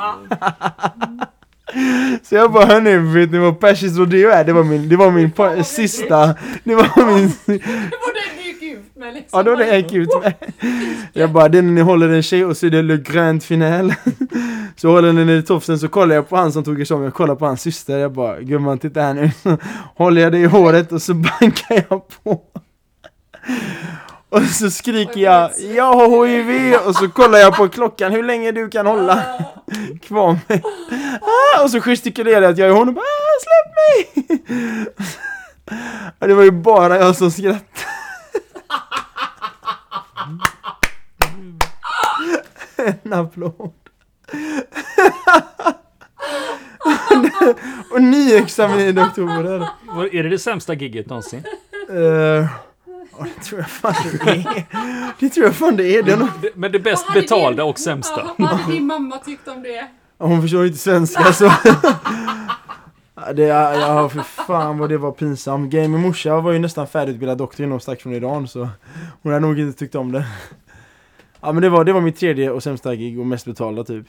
Så jag bara, hörni, vet ni vad persisk rodeo är? Det var min, det var min pa- sista, det var min... Det var det du gick ut med liksom. Ja, då var det jag gick ut med. Jag bara, det är när ni håller en tjej och så är det le grand final. Så håller ni i tofsen, så kollar jag på han som tog examen, jag kollar på hans syster. Jag bara, gumman, titta här nu. Så håller jag det i håret och så bankar jag på. Och så skriker jag, jag har H I V. Och så kollar jag på klockan, hur länge du kan hålla kvar mig. Ah, och så gestikulerar jag att jag är hon och bara, ah, släpp mig. Och det var ju bara jag som skrattade. En applåd. Och nyexaminerade doktorer. var- är det det sämsta gigget någonsin? Uh, Ja, det tror jag fan det är. Det tror jag fan det är. Det är nog... Det, men det bäst Vad hade betalda din- och sämsta. Ja, vad hade din mamma tyckt om det? Hon förstår inte svenska så... Ja, det, är- ja, för fan vad det var pinsamt. Game med morsa var ju nästan färdigutbildad doktor innan hon stack från Iran, så hon hade nog inte tyckt om det. Ja, men det var, det var mitt tredje och sämsta gig och mest betalda typ.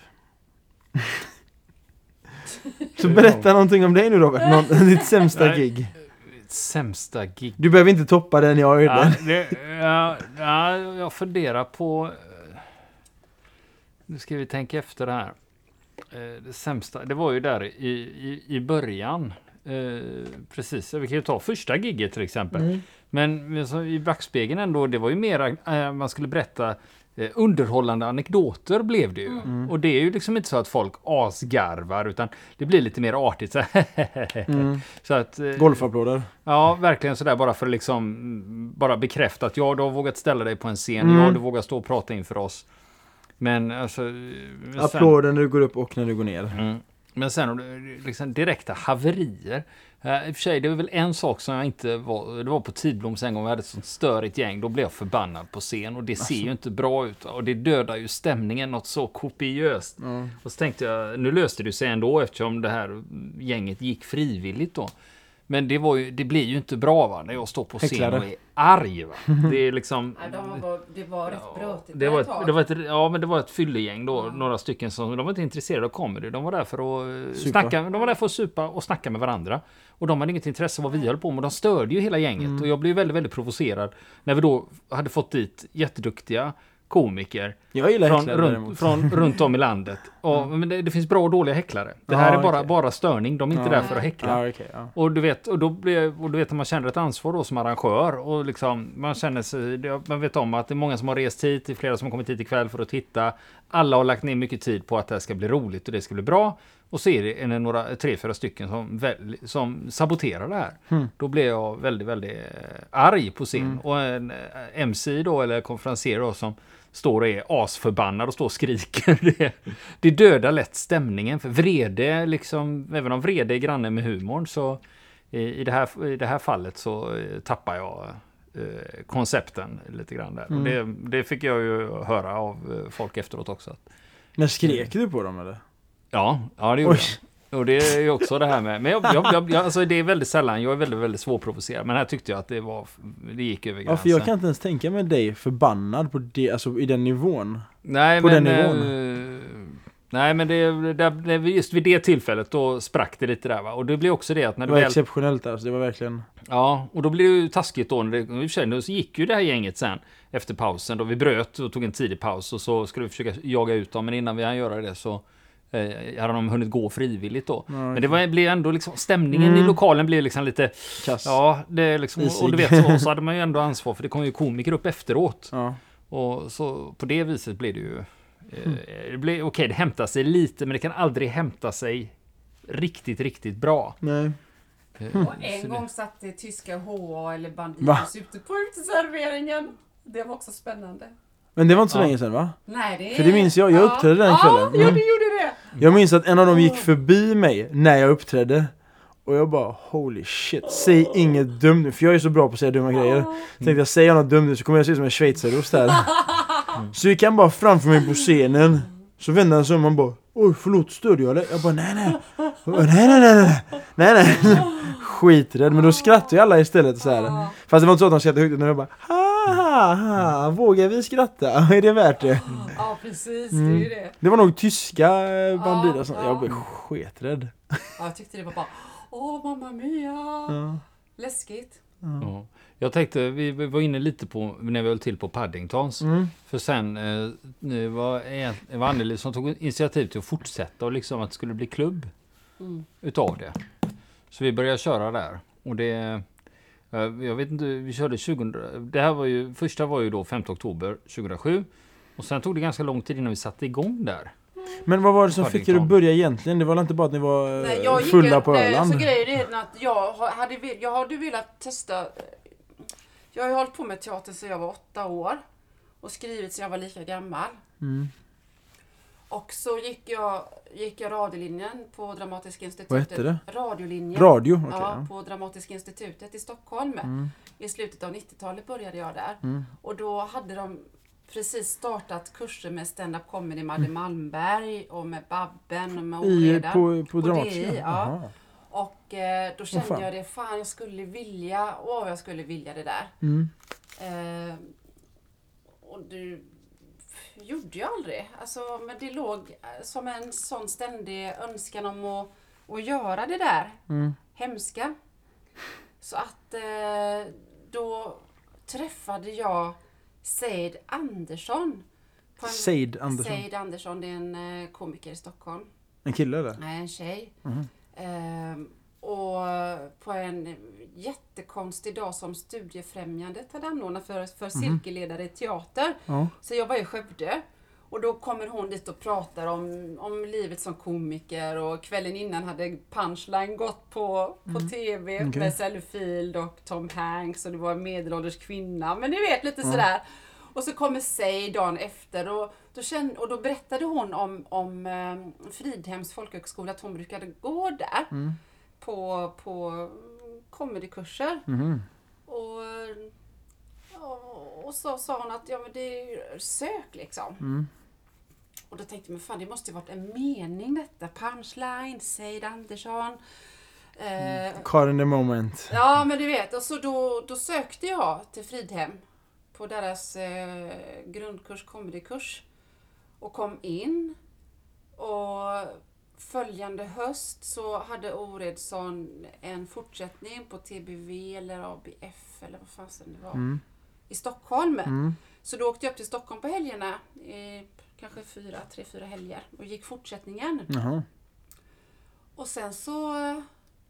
Så berätta någonting om dig nu, Robert. Någon, ditt sämsta Nej. gig. Sämsta gig. Du behöver inte toppa den jag gjorde. Ja, det, ja, ja, jag funderar på... eh, Nu ska vi tänka efter det här. Eh, Det sämsta, det var ju där i, i, i början. Eh, precis, vi kan ju ta första gigget till exempel. Mm. Men men så i backspegeln ändå, det var ju mera, eh, man skulle berätta eh, underhållande anekdoter blev det ju. Mm. Och det är ju liksom inte så att folk asgarvar, utan det blir lite mer artigt. Så, Mm. så att... eh, Golfapplåder. Ja, verkligen sådär, bara för att liksom mm, bara bekräfta att ja, du har vågat ställa dig på en scen, Mm. ja, du vågar stå och prata inför oss. Men alltså... sen- Applåder när du går upp och när du går ner. Mm. Men sen eh, liksom direkta haverier. Uh, I och för sig, det var väl en sak som jag inte var... Det var på Tidbloms en gång, vi hade ett sånt störigt gäng, då blev jag förbannad på scen. Och det ser ju inte bra ut. Och det dödar ju stämningen något så kopiöst. Mm. Och så tänkte jag, nu löste det sig ändå eftersom det här gänget gick frivilligt då. Men det, var ju, det blir ju inte bra va, när jag står på scen Häcklare. och är arg va. Det är liksom... Ja, de var, det var rätt brötigt. Det var, ett, tag. det var ett, ja, men det var ett fyllegäng då, Mm. några stycken som, de var inte intresserade av comedy, de var där för att eh, Supa. snacka, de var där för att supa och snacka med varandra. Och de hade inget intresse av vad vi höll på med, de störde ju hela gänget. Mm. Och jag blev väldigt, väldigt provocerad när vi då hade fått dit jätteduktiga komiker Jag gillar från, häcklare runt, däremot. från runt om i landet. Och, Men det, det finns bra och dåliga häcklare. Det här Ja, är bara, okej. bara störning, de är inte Ja. där för att häckla. Ja, okej, ja. Och du vet, och då blir, och du vet att man känner ett ansvar då som arrangör och liksom man känner sig, det- man vet om att det är många som har rest hit, det är flera som har kommit hit ikväll för att titta. alla har lagt ner mycket tid på att det här ska bli roligt och det ska bli bra. Och så är det en, några, tre, fyra stycken som, väl, som saboterar det här. Mm. Då blir jag väldigt, väldigt arg på scen. Mm. Och en M C då, eller konferenser då, som står och är asförbannad och står och skriker. Det, det dödar lätt stämningen. För vrede, liksom, även om vrede är granne med humorn, så i, i, det, här, i det här fallet så eh, tappar jag eh, koncepten lite grann där. Mm. Och det, det fick jag ju höra av eh, folk efteråt också. Men skrek du på dem eller? Ja, ja det gjorde Oj. jag. Och det är ju också det här med, men jag, jag, jag, jag, alltså det är väldigt sällan, jag är väldigt, väldigt svårprovocerad, men här tyckte jag att det var, det gick över gränsen. Ja, för jag kan inte ens tänka mig dig förbannad på det, alltså i den nivån. Nej, på men, den nivån. Eh, nej, men det, det, det, just vid det tillfället då sprack det lite där va, och det blir också det att när Det du var väl, exceptionellt alltså, det var verkligen... ja, och då blir det ju taskigt då, när det, i och för sig, så gick ju det här gänget sen, efter pausen då, vi bröt och tog en tidig paus och så skulle vi försöka jaga ut dem, men innan vi hann göra det så Eh, hade de hunnit gå frivilligt då. Ja, men det var, blev ändå liksom, stämningen Mm. i lokalen blev liksom lite Kass. ja, det är liksom, Isig. och du vet så, så hade man ju ändå ansvar för det kom ju komiker upp efteråt. Ja. Och så på det viset blir det ju eh, det blir okej, okay, det hämtar sig lite, men det kan aldrig hämta sig riktigt riktigt bra. Nej. Eh, Och så en det- gång satt det tyska H A eller Va? Bandidos ute på uteserveringen. Det var också spännande. Men det var inte så Ja. länge sedan va? Nej, det är... För det minns jag, jag uppträdde den kvällen. Ja, ja, Mm. du gjorde det. Jag minns att en av dem gick förbi mig när jag uppträdde. Och jag bara, holy shit, säg inget dumt nu. För jag är så bra på att säga dumma grejer. Så tänkte jag, säger jag något dumt nu så kommer jag se ut som en schweizerost där. Så gick han bara framför mig på scenen. Så vände han sig om och bara, oj förlåt, störde jag eller? Jag bara, nej nej. Nej nej nej nej. Nej nej. Skiträdd, men då skrattade ju alla istället så här. Fast det var inte så att de skrattade högt, utan jag bara, ha ha ha, vågar vi skratta? Är det värt det? Ja, precis. Mm. Det är ju det. Det var nog tyska bandider Ja, som, ja. jag blev skiträdd. Ja, jag tyckte det var bara, åh mamma mia. Ja. Läskigt. Ja. Jag tänkte, vi vi var inne lite på, när vi höll till på Paddingtons. Mm. För sen eh, det var, det var Anneli som tog initiativ till att fortsätta och liksom att det skulle bli klubb Mm. utav det. Så vi började köra där. Och det, eh, jag vet inte, vi körde tjugo, det här var ju, första var ju då femte oktober tjugohundrasju. Och sen tog det ganska lång tid innan vi satte igång där. Men vad var det som fick er att Paddington. börja egentligen? Det var inte bara att ni var Nej, eh, jag gick, fulla på nej, Öland? alltså grejen är den att jag ha- hade, vill- jag hade velat testa. Jag har ju hållit på med teater sedan jag var åtta år. Och skrivit sedan jag var lika gammal. Mm. Och så gick jag, gick jag radiolinjen på Dramatiska institutet. Vad hette det? Radiolinjen. Radio? Okej. Ja, ja. på Dramatiska institutet i Stockholm. Mm. I slutet av nittiotalet började jag där. Mm. Och då hade de precis startat kurser med stand-up comedy med Madde Malmberg och med Babben och med Mm. I, Oreda. på, på På Dramatiska? D I, ja. Jaha. Och eh, då kände fan. jag det, fan jag skulle vilja, åh jag skulle vilja det där. Mm. Eh, och det gjorde jag aldrig. Alltså, men det låg eh, som en sån ständig önskan om att, att göra det där Mm. hemska. Så att eh, då träffade jag Seid Andersson. På en, Seid Andersson. Seid Andersson, det är en eh, komiker i Stockholm. En kille eller? Nej, en tjej. Mhm. Ehm, och på en jättekonstig dag som Studiefrämjandet hade anordnat för, för cirkelledare i teater. Ja. Så jag var i Skövde. Och då kommer hon dit och pratar om, om livet som komiker. Och kvällen innan hade Punchline gått på, på tv Okej. med Sally Field och Tom Hanks. Och det var en medelålders kvinna. Men ni vet, lite Ja. sådär. Och så kommer Say dagen efter. Och då, kände, och då berättade hon om, om eh, Fridhems folkhögskola. Att hon brukade gå där. Mm. På, på comedykurser. Mhm. Och, och, och så sa hon att ja, men det är ju sök liksom. Mm. Och då tänkte jag, men fan det måste ju varit en mening detta. Punchline, Seid Andersson. Eh, Caught in the moment. ja men du vet, och så då, då sökte jag till Fridhem. På deras eh, grundkurs, comedykurs. Och kom in. Och följande höst så hade Oredsson en fortsättning på T B V eller A B F eller vad fasen det var. Mm. I Stockholm. Mm. Så då åkte jag upp till Stockholm på helgerna. I kanske fyra, tre, fyra helger. Och gick fortsättningen. Jaha. Och sen så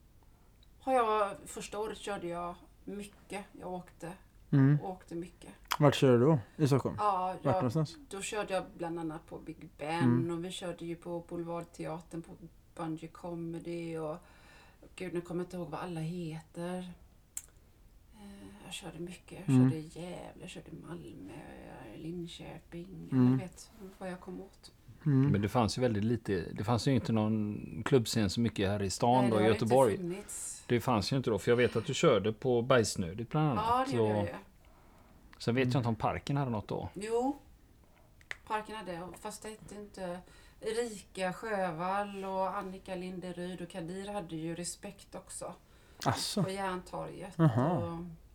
har jag, första året körde jag mycket. Jag åkte, Mm. åkte mycket. Vart kör du då? I Stockholm? Ja, Vart jag, någonstans? då körde jag bland annat på Big Ben Mm. och vi körde ju på Boulevardteatern på Bungee Comedy och gud, nu kommer jag inte ihåg vad alla heter. Eh, Jag körde mycket. Jag Mm. körde i Gävle, jag körde i Malmö, jag- Linköping. Mm. Jag vet vad jag kom åt. Mm. Men det fanns ju väldigt lite, det fanns ju inte någon klubbscen så mycket här i stan Nej, då, det i har Göteborg. inte funnits. Det fanns ju inte då, för jag vet att du körde på Bajsnödigt bland annat. Ja, det gjorde jag och ju. sen vet jag inte om parken hade något då. Jo, parken hade, fast det hette inte Erika Sjövall och Annika Linderyd och Kadir hade ju Respekt också Asså. på Järntorget. Aha. Och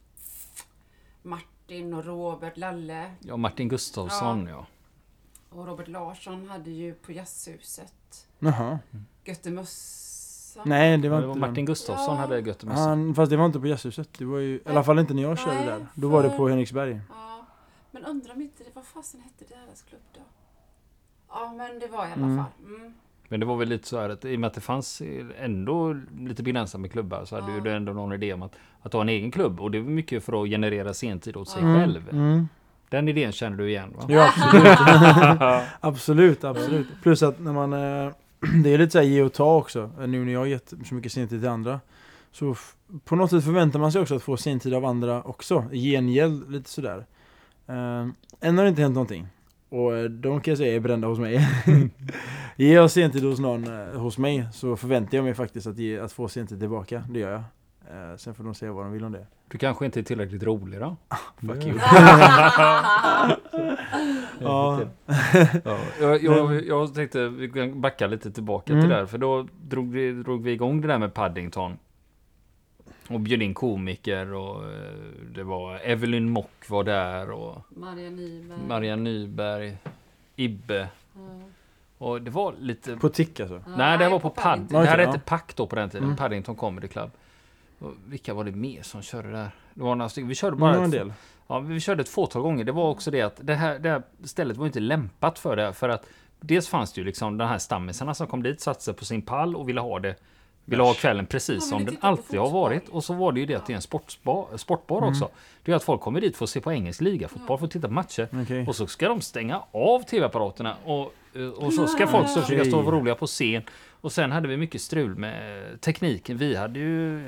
Martin och Robert Lalle Ja, Martin Gustafsson, ja. och Robert Larsson hade ju på Jazzhuset Jaha. Göttemössa. Nej, det var Ja, det var inte Martin den. Gustafsson Ja. hade gött med Han, fast det var inte på Jazzhuset. Det var ju, i alla fall inte när jag körde Nej, där. Då var det för- på Henriksberg. Ja, men undrar om inte det, vad fasen hette deras klubb då? Ja, men det var i alla Mm. fall. Mm. Men det var väl lite så här att i och med att det fanns ändå lite begränsat med klubbar så hade Ja. ju det ändå någon idé om att, att ha en egen klubb. Och det var mycket för att generera sentid åt sig Ja. själv. Mm. Den idén känner du igen, va? Ja, absolut. absolut, absolut. Plus att när man... eh, det är lite så här ge och ta också. Nu när jag har gett så mycket sentid till andra. Så f- på något sätt förväntar man sig också att få sentid av andra också. I gengäld, lite sådär. Uh, än har det inte hänt någonting. Och eh, de kan jag säga är brända hos mig. Ger jag sentid hos någon eh, hos mig så förväntar jag mig faktiskt att, ge, att få sentid tillbaka. Det gör jag. Eh, sen får de säga vad de vill om det. Du kanske inte är tillräckligt rolig då? Fuck you. Ja. Ja, jag, jag, jag tänkte vi kan backa lite tillbaka Mm. till det där. För då drog vi, drog vi igång det där med Paddington. Och bjöd in komiker och eh, det var Evelyn Mock var där och Maria Nyberg. Marianne Nyberg, Ibbe. Ja. Och det var lite... På tick alltså. Ja, nej, det var på Paddington. Paddington. Det här Okej, hette ja. Pack då på den tiden. Mm. Paddington Comedy Club. Och vilka var det mer som körde där? Det var några stycken. Vi körde bara Bara en ett, del. ja, vi körde ett fåtal gånger. Det var också det att det här, det här stället var inte lämpat för det. För att dels fanns det ju liksom de här stammisarna som kom dit, satte sig på sin pall och ville ha det. Ville ha kvällen precis Ja, som men den titta på alltid har fotboll. varit. Och så var det ju det att det är en sportsbar, sportbar Mm. också. Det är att folk kommer dit för att se på engelsk ligafotboll, för att titta på matcher. Okej. Och så ska de stänga av tv-apparaterna och, och så ska folk så försöka stå och vara roliga på scen. Och sen hade vi mycket strul med tekniken. Vi hade ju...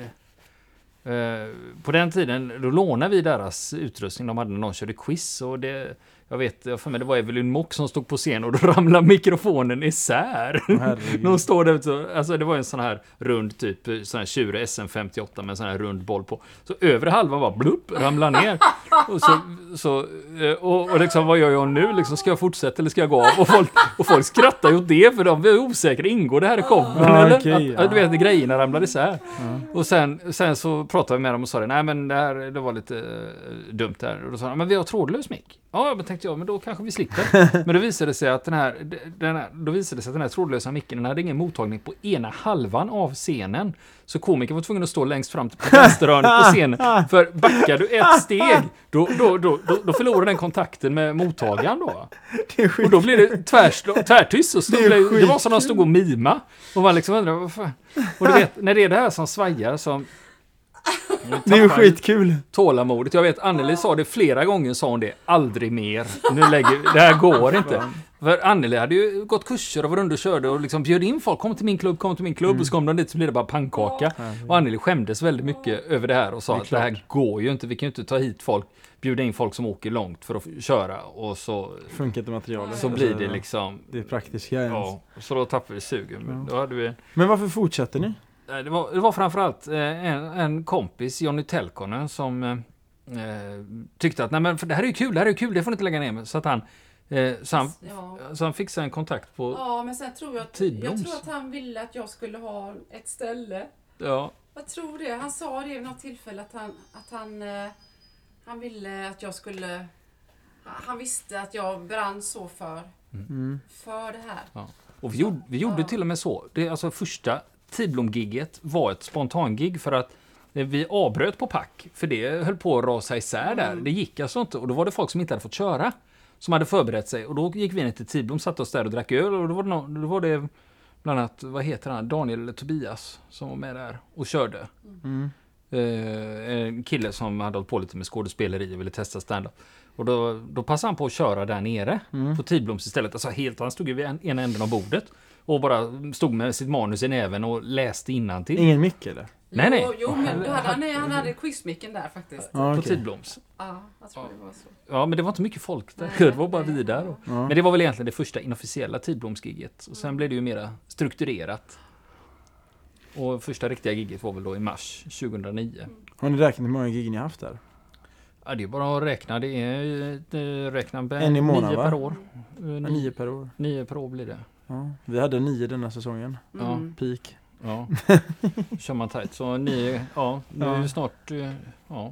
Eh, på den tiden då lånade vi deras utrustning. De hade när någon körde quiz och det... Jag vet, jag för mig det var Evelyn Mock som stod på scen och då ramlade mikrofonen isär. Åh, herregud. De står där så, alltså det var en sån här rund typ, sån här Tjure S M femtioåtta med en sån här rund boll på. Så övre halvan var blupp, ramlade ner. Och så, så och, och liksom vad gör jag nu? Liksom, ska jag fortsätta eller ska jag gå av? Och folk, och folk skrattar ju åt det för de är osäkra. Ingår det här i showen Ja, eller? okej, att, ja. du vet, grejerna ramlade isär. Och sen, sen så pratade vi med dem och sa det, nej men det här det var lite uh, dumt där. Och då sa de, men vi har trådlös mick. Ja, men tänkte jag, men då kanske vi slipper. Men då visade det sig att den här, den här, då visade det sig att den här trådlösa micken, den hade ingen mottagning på ena halvan av scenen. Så komikern var tvungen att stå längst fram på vänsterhörnet på scenen. För backar du ett steg, då, då, då, då, då förlorar den kontakten med mottagaren då. Det är skit. Och då blir det tvärslå, tvärtyst. Och stod Det är det, det var som de skitkul. stod och mima. Och man liksom undrar, vad fan. Och du vet, när det är det här som svajar som... Det är ju skitkul. Tålamodet. Jag vet, Anneli sa det flera gånger, sa hon det. Aldrig mer. Nu lägger, det här går inte. För Anneli hade ju gått kurser och var runt och körde och liksom bjöd in folk. Kom till min klubb, kom till min klubb. Mm. Och så kom de dit så blev det bara pannkaka. Och Anneli skämdes väldigt mycket över det här och sa Det är att det här går ju inte. Vi kan ju inte ta hit folk, bjuda in folk som åker långt för att f- köra. Och så, Funkar inte materialet. så blir det liksom... Det är praktiska ens. Ja, så då tappade vi sugen. Men Ja. då hade vi... Men varför fortsätter ni? Nej, Det var, det var framförallt eh, en, en kompis, Johnny Telkonen, som eh, eh, tyckte att nej men för det här är ju kul, det här är ju kul, det får ni inte lägga ner med. Så att han, eh, så han, Ja. så han fixade en kontakt på, Ja, men sen tror jag att, Tidbloms. jag tror att han ville att jag skulle ha ett ställe. ja, Jag tror det. Han sa det vid något tillfälle att han, att han, eh, han ville att jag skulle... Han visste att jag brann så för, Mm. för det här. och vi gjorde, vi gjorde Ja. till och med så. Det är alltså första Tidblom-gigget var ett spontan-gig för att eh, vi avbröt på pack, för det höll på att rasa isär där. Mm. Det gick alltså inte, och då var det folk som inte hade fått köra, som hade förberett sig. Och då gick vi ner till Tidblom, satt oss där och drack öl, och då var det, no, då var det bland annat, vad heter han, Daniel Tobias som var med där och körde. Mm. Eh, en kille som hade hållit på lite med skådespeleri och ville testa stand-up. Och då, då passade han på att köra där nere Mm. på Tidbloms istället. Alltså helt, han stod ju vid en, ena änden av bordet och bara stod med sitt manus i näven och läste innantill. Ingen mick eller? Nej, nej. Jo, jo men då hade han, han hade quizmicken där faktiskt. Ja, På okej. Tidbloms. Ja, jag tror det var så. Ja, men det var inte mycket folk där. Nej, Det var bara nej. vi där. Och. Ja. Men det var väl egentligen det första inofficiella Tidblomsgigget. Och sen blev det ju mera strukturerat. Och första riktiga gigget var väl då i mars tjugohundranio. Har ni räknat hur många gig ni har haft där? Ja, det är bara att räkna. Det är, det räkna med En i månaden, nio va? per år. Eh, Nio, Nio per år. nio per år blir det. Ja. Vi hade nio denna säsongen. Mm. Peak. Ja. Kör man tajt. Så nio, ja, nu är det snart, eh, ja.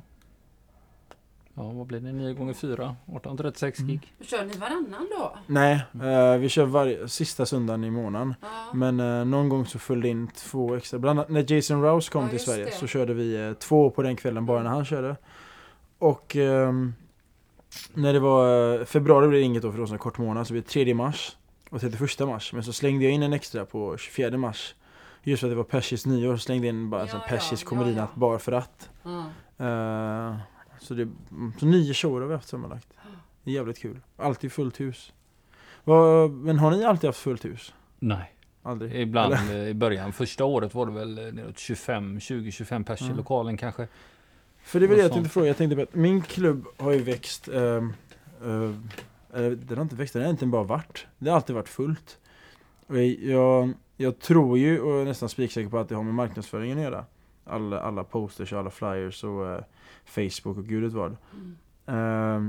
Ja, vad blir det? nio gånger fyra, åttahundratrettiosex Mm. gig. Kör ni varannan då? Nej, eh, vi kör varje, sista söndagen i månaden. Ja. Men eh, någon gång så följde in två extra. Bland annat när Jason Rouse kom Ja, till just Sverige det. så körde vi eh, två på den kvällen bara när han körde. Och ehm, när det var eh, februari blev det inget då för oss en kort månad så det blev tredje mars och trettioförsta mars. Men så slängde jag in en extra på tjugofjärde mars. Just för att det var Persis nyår så slängde jag in bara en Ja, sån ja, Persis ja, komedinatt ja. bara för att. Ja. Eh, så, det, mm, så nio shower har vi haft sammanlagt. Det är jävligt kul. Alltid fullt hus. Vad, men har ni alltid haft fullt hus? Nej. Aldrig? Ibland Eller? eh, i början. Första året var det väl eh, neråt tjugofem, tjugo tjugofem pers i Mm. lokalen kanske. För det är väl det jag Något tänkte sånt. fråga. Jag tänkte på att min klubb har ju växt. ehm, eh, eller den har inte växt, den har inte bara varit. Det har alltid varit fullt. Och jag, jag, jag tror ju och är nästan spiksäker på att det har med marknadsföringen att göra. Alla, alla posters och alla flyers och eh, Facebook och gud vet vad. Mm. Ehm,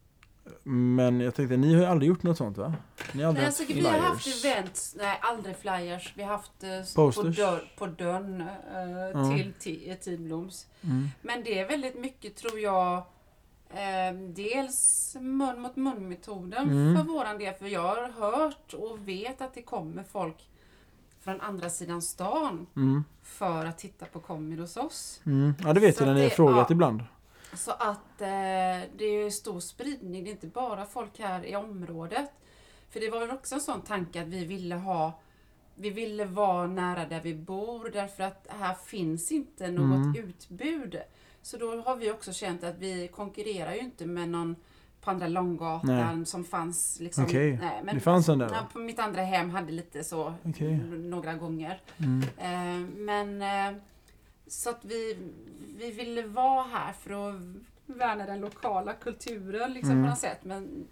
men jag tänkte, ni har ju aldrig gjort något sånt va? Ni har aldrig Nej, haft alltså, vi har haft events, nej aldrig flyers. Vi har haft eh, på, Posters. dörr, på dörren eh, Ja. till ti- Tidbloms. Mm. Men det är väldigt mycket tror jag eh, dels mun mot mun metoden Mm. för våran del. För jag har hört och vet att det kommer folk från andra sidan stan Mm. för att titta på comedy hos oss. Mm. Ja det vet Så jag när att ni har det- frågat ja. ibland. Så att eh, det är stor spridning. Det är inte bara folk här i området. För det var väl också en sån tanke att vi ville ha vi ville vara nära där vi bor därför att här finns inte något Mm. utbud. Så då har vi också känt att vi konkurrerar ju inte med någon på andra Långgatan Nej. som fanns liksom. Okej. Nej, men Det fanns en där ja, va? på mitt andra hem hade lite så Okej. n- några gånger. Mm. Eh, men eh, så att vi, vi ville vara här för att värna den lokala kulturen liksom Mm. på något sätt. Men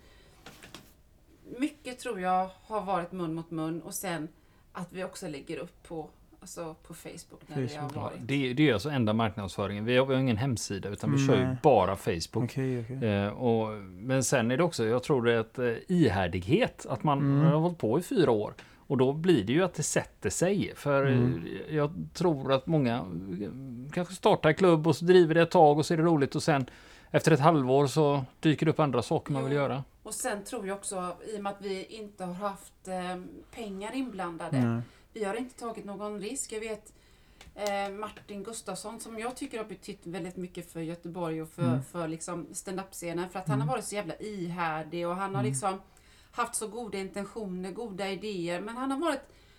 mycket tror jag har varit mun mot mun och sen att vi också lägger upp på, alltså på Facebook när det Facebook, har Ja, varit. det, det är alltså enda marknadsföringen. Vi har, vi har ingen hemsida utan vi Mm, kör ju nej. bara Facebook. Okej, okej. Eh, och, men sen är det också, jag tror det är ett eh, ihärdighet. Att man Mm. har hållit på i fyra år. Och då blir det ju att det sätter sig. För Mm. eh, jag tror att många eh, kanske startar klubb och så driver det ett tag och så är det roligt. Och sen efter ett halvår så dyker det upp andra saker man vill Jo. göra. Och sen tror jag också, i och med att vi inte har haft eh, pengar inblandade, Nej. vi har inte tagit någon risk. Jag vet eh, Martin Gustafsson som jag tycker har betytt väldigt mycket för Göteborg och för, Mm. för liksom stand-up-scenen. För att han Mm. har varit så jävla ihärdig och han har Mm. liksom haft så goda intentioner, goda idéer. Men han har varit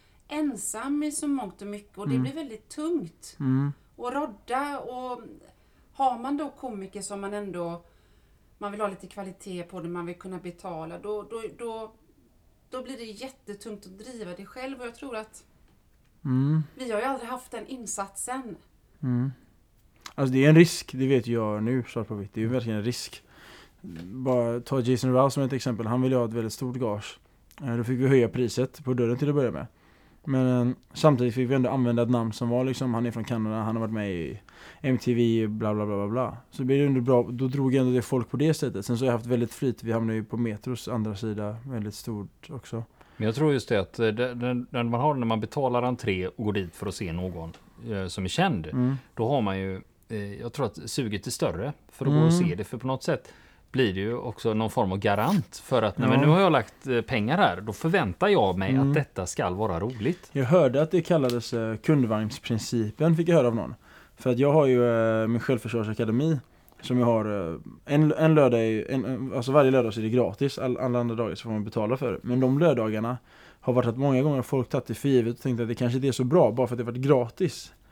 ensam i så mångt och mycket och det Mm. blir väldigt tungt. Mm. Och rodda och har man då komiker som man ändå man vill ha lite kvalitet på det, man vill kunna betala, då, då, då, då blir det jättetungt att driva det själv och jag tror att Mm. vi har ju aldrig haft den insatsen. Mm. Alltså det är en risk, det vet jag nu svart på vitt. Det är ju verkligen en risk. Bara ta Jason Rouse som ett exempel. Han ville ha ett väldigt stort gage. Eh, Då fick vi höja priset på dörren till att börja med. Men eh, samtidigt fick vi ändå använda ett namn som var liksom, han är från Kanada, han har varit med i M T V, bla bla bla bla bla. Så det blev ändå bra, då drog ändå det folk på det sättet. Sen så har jag haft väldigt flyt, vi hamnade ju på Metros andra sida, väldigt stort också. Men jag tror just det att eh, det- den, den man har när man betalar entré och går dit för att se någon eh, som är känd. Mm. Då har man ju, eh, jag tror att suget är större för att Mm. gå och se det. För på något sätt blir det ju också någon form av garant för att nej, Ja. men nu har jag lagt eh, pengar här. Då förväntar jag mig Mm. att detta ska vara roligt. Jag hörde att det kallades eh, kundvagnsprincipen, fick jag höra av någon. För att jag har ju eh, min självförsvarsakademi som jag har eh, en, en lördag, är, en, en, alltså varje lördag så är det gratis, all, alla andra dagar så får man betala för det. Men de lördagarna har varit att många gånger folk tagit det för givet och tänkt att det kanske inte är så bra bara för att det har varit gratis.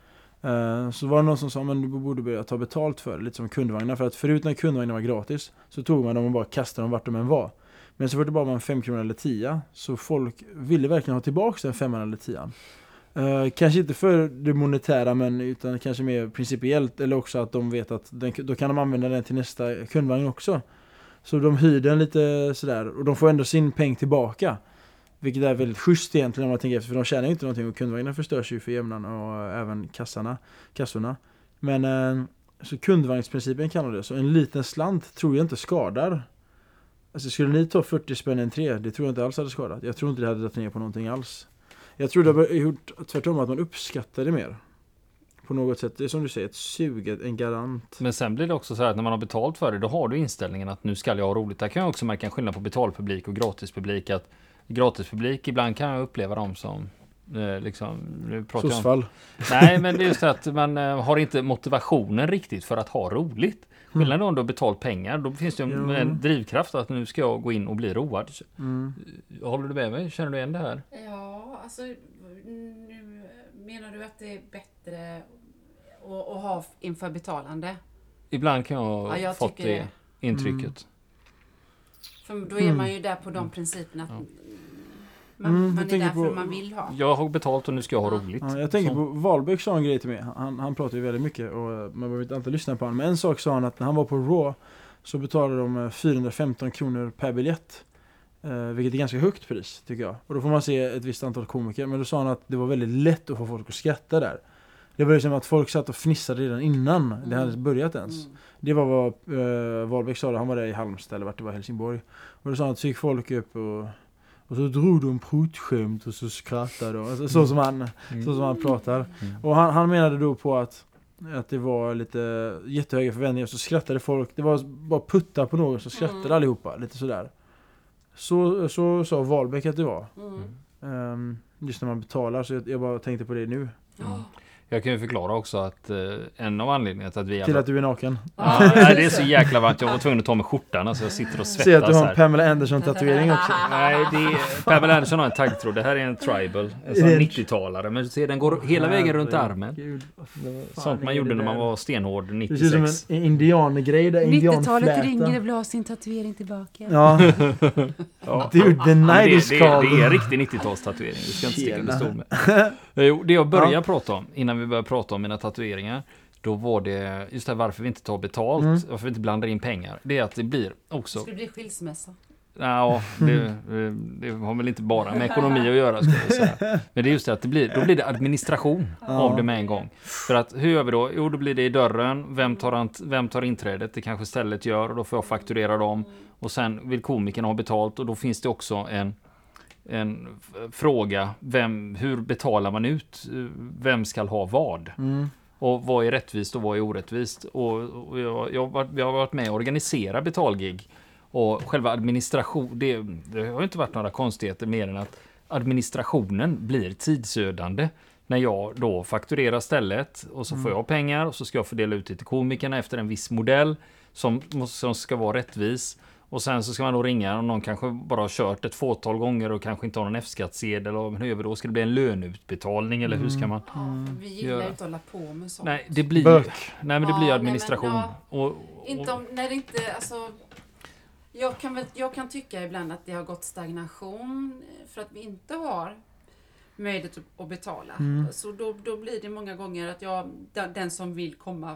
Uh, så var det någon som sa, men du borde börja ta betalt för det, lite som kundvagnar. För att förut när kundvagnar var gratis så tog man dem och bara kastade dem vart de än var. Men så var det bara man fem kronor eller tio, så folk ville verkligen ha tillbaka den femman eller tian. Uh, kanske inte för det monetära, men utan kanske mer principiellt, eller också att de vet att den, då kan de använda den till nästa kundvagn också. Så de hyr den lite sådär, och de får ändå sin peng tillbaka. Vilket är väldigt schysst egentligen om man tänker efter, för de tjänar inte någonting och kundvagnar förstörs ju för jämnan och även kassarna, kassorna. Men uh, så kundvagnsprincipen kallar det, så en liten slant tror jag inte skadar. Alltså skulle ni ta fyrtio spänn en tre, det tror jag inte alls hade skadat. Jag tror inte det hade dragit ner på någonting alls. Jag tror det har gjort tvärtom att man uppskattar det mer. På något sätt. Det är som du säger, ett sug, en garant. Men sen blir det också så här att när man har betalt för det, då har du inställningen att nu ska jag ha roligt. Där kan jag också märka en skillnad på betalpublik och gratispublik. Att gratispublik, ibland kan jag uppleva dem som eh, liksom, nu pratar jag om, nej, men det är just att man eh, har inte motivationen riktigt för att ha roligt. Skillnaden om du har betalt pengar, då finns det en, en drivkraft att nu ska jag gå in och bli road. Mm. Håller du med mig? Känner du igen det här? Ja, alltså nu menar du att det är bättre att, att ha inför betalande? Ibland kan jag ha ja, jag fått det, det intrycket. Mm. För då är man ju där på de principerna att ja. man, mm, man är där för man vill ha. Jag har betalt och nu ska jag ha roligt. Ja, jag tänker så. På Wahlbeck sa en grej till mig. Han, han pratar ju väldigt mycket och man behöver inte lyssna på honom. Men en sak sa han att när han var på Raw så betalade de fyrahundrafemton kronor per biljett. Eh, vilket är ganska högt pris tycker jag. Och då får man se ett visst antal komiker. Men då sa han att det var väldigt lätt att få folk att skratta där. Det var ju som att folk satt och fnissade redan innan mm. det hade börjat ens. Mm. Det var vad uh, Wahlbeck sa. Han var där i Halmstad eller vart det var, Helsingborg. Och då sa han att så gick folk upp och, och så drog de prutskämt och så skrattade de. Alltså, så, som han, mm. så som han pratar. Mm. Och han, han menade då på att, att det var lite jättehöga förväntningar. Så skrattade folk. Det var bara putta på någon så skrattade mm. allihopa. Lite sådär. Så sa så Wahlbeck att det var. Mm. Um, just när man betalar. Så jag, jag bara tänkte på det nu. Mm. Jag kan ju förklara också att eh, en av anledningarna till att vi... Till alla... att du är naken. Ja, nej, det är så jäkla varmt. Jag var tvungen att ta med skjortan. Alltså jag sitter och svettas. Se att du har en Pamela Anderson-tatuering också. Nej, det är, Pamela Anderson har en taggtråd. Det här är en tribal. En sån nittiotalare. Men se, den går hela vägen runt armen. Gud, sånt man gjorde när man var stenhård nittiosex. Det ser som en indiangrej där. nittiotalet ringer och vill ha sin tatuering tillbaka. Ja. Ja. Dude, the night is det, called. Det är en riktig nittiotalstatuering. Du ska inte sticka under stol med. Jo, det jag börjar ja. prata om innan vi börjar prata om mina tatueringar, då var det just det här varför vi inte tar betalt, mm. varför vi inte blandar in pengar. Det är att det blir också... Det skulle bli skilsmässa. Ja, det, det har väl inte bara med ekonomi att göra skulle jag säga. Men det är just det att det blir, då blir det administration ja. av det med en gång. För att hur gör vi då? Jo, då blir det i dörren. Vem tar, vem tar inträdet? Det kanske stället gör och då får jag fakturera dem. Och sen vill komikern ha betalt och då finns det också en en fråga, vem, hur betalar man ut, vem ska ha vad mm. och vad är rättvist och vad är orättvist och, och jag, jag, har, jag har varit med och organisera betalgig och själva administration, det, det har inte varit några konstigheter mer än att administrationen blir tidsödande när jag då fakturerar stället och så mm. får jag pengar och så ska jag fördela ut det till komikerna efter en viss modell som, som ska vara rättvis. Och sen så ska man då ringa och någon kanske bara har kört ett fåtal gånger och kanske inte har någon F-skattsedel. Och hur gör vi då? Ska det bli en löneutbetalning eller hur ska man mm. Vi gillar göra? Inte att hålla på med sånt. Nej, det blir, nej, men det blir administration. Nej, men, ja, och, och, inte om, när det inte, alltså, jag, kan väl, jag kan tycka ibland att det har gått stagnation för att vi inte har möjlighet att betala. Mm. Så då, då blir det många gånger att jag, den som vill komma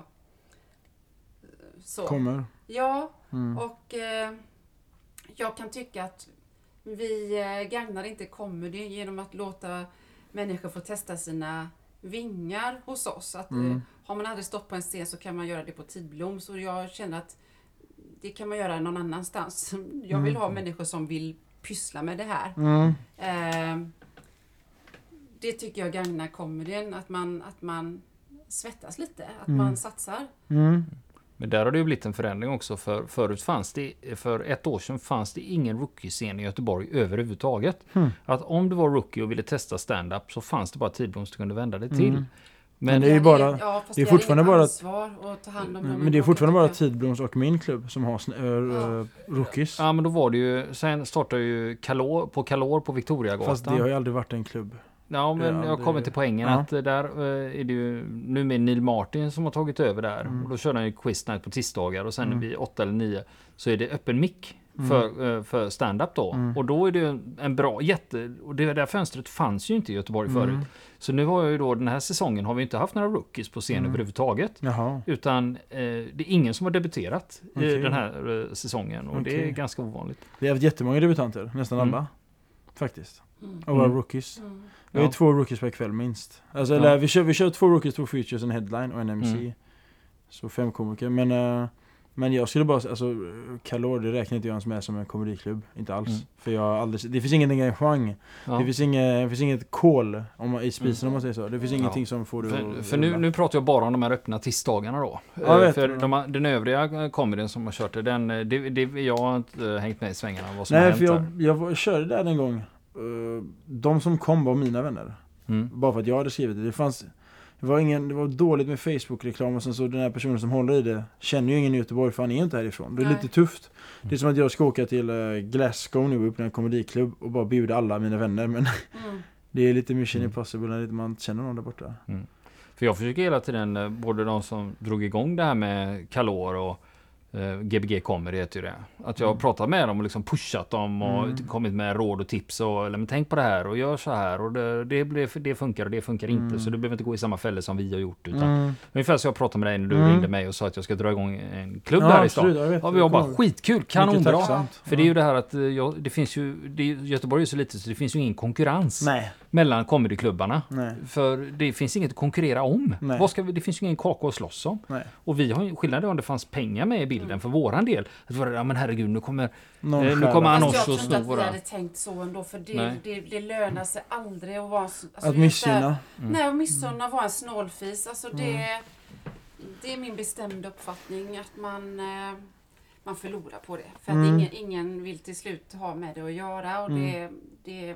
så. Kommer. Ja, mm. och eh, jag kan tycka att vi eh, gagnar inte comedy genom att låta människor få testa sina vingar hos oss. Att, mm. eh, har man aldrig stått på en scen så kan man göra det på Tidblom. Så jag känner att det kan man göra någon annanstans. Jag vill mm. ha människor som vill pyssla med det här. Mm. Eh, det tycker jag gagnar comedyn. Att man, att man svettas lite. Att mm. man satsar. Mm. Men där har det ju blivit en förändring också. För förut fanns det, för ett år sedan fanns det ingen rookie-scen i Göteborg överhuvudtaget. Mm. Att om du var rookie och ville testa stand-up så fanns det bara Tidblom du kunde vända dig till. Mm. Men, men det är ju bara, ja, det är fortfarande bara att, och ta hand om mm, men det är fortfarande bara Tidbloms och min klubb som har äh, ja. rookies. Ja, men då var det ju, sen startade ju Kalor, på Kalor på Victoriagatan. Fast det har ju aldrig varit en klubb. Ja, men Ja, jag det- kommer till poängen ja. att eh, där eh, är det ju nu med Neil Martin som har tagit över där. Mm. Och då kör han ju quiz night på tisdagar och sen Mm. vid åtta eller nio så är det öppen mick Mm. för, eh, för stand-up då. Mm. Och då är det ju en, en bra jätte... Och det där fönstret fanns ju inte i Göteborg Mm. förut. Så nu har jag ju då den här säsongen har vi inte haft några rookies på scen Mm. överhuvudtaget. Jaha. Utan eh, det är ingen som har debuterat Okej. i den här eh, säsongen. Och det är Okej. ganska ovanligt. Vi har haft jättemånga debutanter, nästan Mm. alla. Faktiskt. Mm. Och våra Mm. rookies. Mm. Vi har ju Ja. två rookies per kväll minst. Alltså, Ja. eller, vi, kör, vi kör två rookies, två features, en headline och en M C. Mm. Så fem komiker. Men, eh, men jag skulle bara säga, alltså Kalor, det räknar inte jag ens med som en komediklubb. Inte alls. Mm. För jag har aldrig, det finns ingen engagemang. Ja. Det, finns inget, det finns inget kol om, man- i spisen Mm. om man säger så. Det finns Ja. ingenting som får det För, att för nu, rulla. nu pratar jag bara om de här öppna tisdagarna då. Ja, jag Eh, vet. för de, har- den övriga comedyn som har kört det, den, eh, det, det, jag har inte eh, hängt med i svängarna vad som har Nej, hänt för jag, där. jag var, körde där en gång. Eh, de som kom var mina vänner. Mm. Bara för att jag hade skrivit det. Det fanns... Det var, ingen, det var dåligt med Facebook-reklam och sen så den här personen som håller i det känner ju ingen i Göteborg för han är ju inte härifrån. Det är Nej. lite tufft. Det är som att jag ska åka till uh, Glasgow nu och öppna en komediklubb och bara bjuda alla mina vänner. Men Mm. det är lite mission Mm. impossible när man inte känner någon där borta. För jag försöker hela tiden, eh, både de som drog igång det här med Kalor och eh, G B G Comedy heter ju det. Att jag har Mm. pratat med dem och liksom pushat dem och Mm. kommit med råd och tips och eller, men tänk på det här och gör så här och det, det, blir, det funkar och det funkar Mm. inte så du behöver inte gå i samma fällor som vi har gjort utan Mm. ungefär så jag pratade med dig när du Mm. ringde mig och sa att jag ska dra igång en klubb Ja, där i stan. absolut, jag vet. Ja, vi var bara kommer ihåg. skitkul, Mycket kanonbra. tacksamt. För det är ju det här att eh, ja, det finns ju, det, Göteborg är så litet så det finns ju ingen konkurrens Nej, mellan comedyklubbarna. nej, För det finns inget att konkurrera om. Nej. Vad ska vi, det finns ju ingen kaka att slåss om. nej. Och vi har ju skillnaden om det fanns pengar med i bilden Mm. för våran del. Att vara, ja men herregud, nu kommer... Någon Eh, nu stjäl. kommer han Fast oss jag och tror inte att snor vi våra- hade tänkt så ändå för det, Nej. det, det lönar sig aldrig att vara så- alltså, Att just det här- missgynna. Mm. Nej, och missunna vara en snålfis. Alltså det, Mm. det är min bestämda uppfattning att man, eh, man förlorar på det. För att Mm. ingen, ingen vill till slut ha med det att göra och, det, det,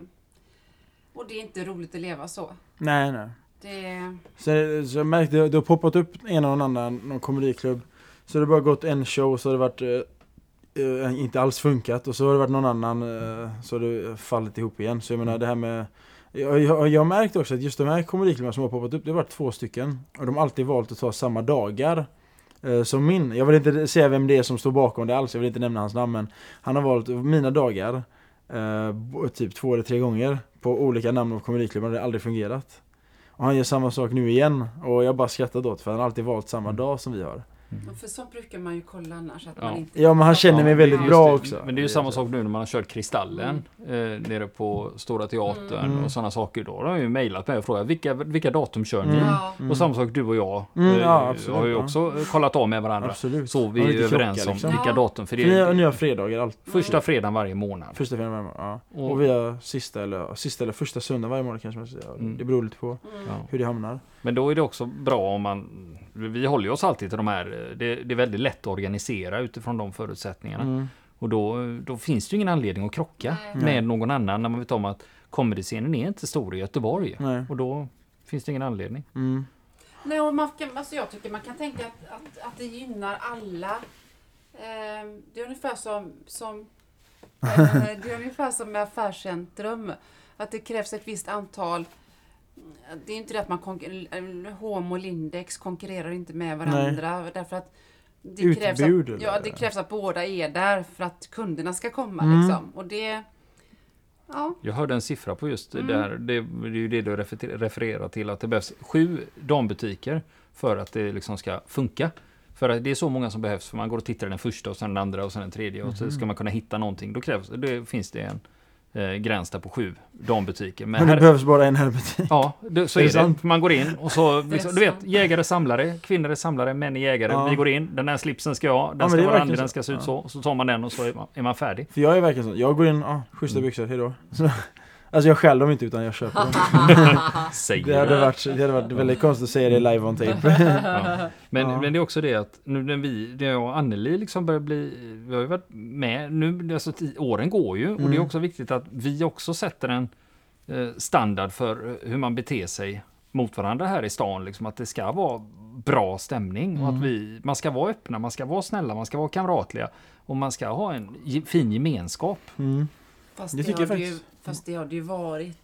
och det är inte roligt att leva så. Nej, nej. Det, Så, så jag märkte, det har poppat upp en och annan någon komediklubb. Så det har bara gått en show och så har det varit eh, eh, inte alls funkat. Och så har det varit någon annan eh, så har det fallit ihop igen. Så jag menar det här med... Jag, jag, jag märkte också att just de här komediklubbarna som har poppat upp, det har varit två stycken. Och de har alltid valt att ta samma dagar eh, som min. Jag vill inte säga vem det är som står bakom det alls. Jag vill inte nämna hans namn. Men han har valt mina dagar eh, b- typ två eller tre gånger på olika namn av komediklubbar. Det har aldrig fungerat. Och han gör samma sak nu igen. Och jag bara skrattar åt för han har alltid valt samma dag som vi har. för så brukar man ju kolla annars. Att Ja. man inte Ja, men han känner mig väldigt Just bra det. också. Men det är ju samma sak nu när man har kört Kristallen eh, nere på Stora Teatern Mm. och sådana saker. Då har jag ju mejlat mig och frågat vilka, vilka datum kör ni? Mm. Ja. Mm. Och samma sak du och jag Mm, eh, ja, absolut, har ju ja. också kollat av med varandra. Absolut. Så vi Har är lite överens krocka, om liksom. vilka Ja. datum. För det För ni har, är ni har fredagar allt. första fredagen varje månad. Första fredagen varje månad, ja. Och- Och vi har sista eller, sista eller första söndagen varje månad kanske man ska säga. Mm. Det beror lite på Mm. Ja. hur det hamnar. Men då är det också bra om man... Vi håller ju oss alltid till de här... Det, det är väldigt lätt att organisera utifrån de förutsättningarna. Mm. Och då, då finns det ju ingen anledning att krocka Nej. med någon annan när man vet om att comedy-scenen är inte stor i Göteborg. Nej. Och då finns det ingen anledning. Mm. Nej, och man kan, alltså jag tycker man kan tänka att, att, att det gynnar alla. Eh, det är ungefär som, som eh, det är ungefär som med affärscentrum. Att det krävs ett visst antal. Det är inte det att man konkur- Homo och Lindex konkurrerar inte med varandra. Därför att det Utbud, krävs eller? att, ja, det krävs att båda är där för att kunderna ska komma. Mm. Liksom. Och det... Ja. Jag hörde en siffra på just Mm. det där. Det, det är ju det du refer- refererar till. Att det behövs sju dambutiker för att det liksom ska funka. För att det är så många som behövs. För man går och tittar i den första och sen den andra och sen den tredje. Och så ska man kunna hitta någonting. Då krävs, det finns det en eh, gräns där på sju dambutiker. Men Men det här, behövs bara en herbutik. ja, det, så Är är det det. sant? Man går in och så, liksom, du vet, sant. jägare samlare, kvinnor är samlare, män är jägare. Ja. Vi går in, den här slipsen ska jag ha, den men ska det är vara verkligen randig, den så. ska se ut Ja. så. Så tar man den och så är man, är man färdig. För jag är verkligen så. Jag går in, ja, schyssta Mm. byxor, hejdå. Så, alltså jag stjäl dem inte utan jag köper dem. Säger Det hade varit, det hade varit väldigt konstigt att säga det live on tape. Ja. Men, Ja. men det är också det att nu när vi, det jag och Anneli liksom börjar bli, vi har ju varit med, nu, alltså t- åren går ju och det är Mm. också viktigt att vi också sätter en eh, standard för hur man beter sig mot varandra här i stan, liksom att det ska vara bra stämning och Mm. att vi, man ska vara öppna, man ska vara snälla, man ska vara kamratliga och man ska ha en ge- fin gemenskap. Mm. Fast Det det, tycker jag har det ju, faktiskt. fast det har det ju varit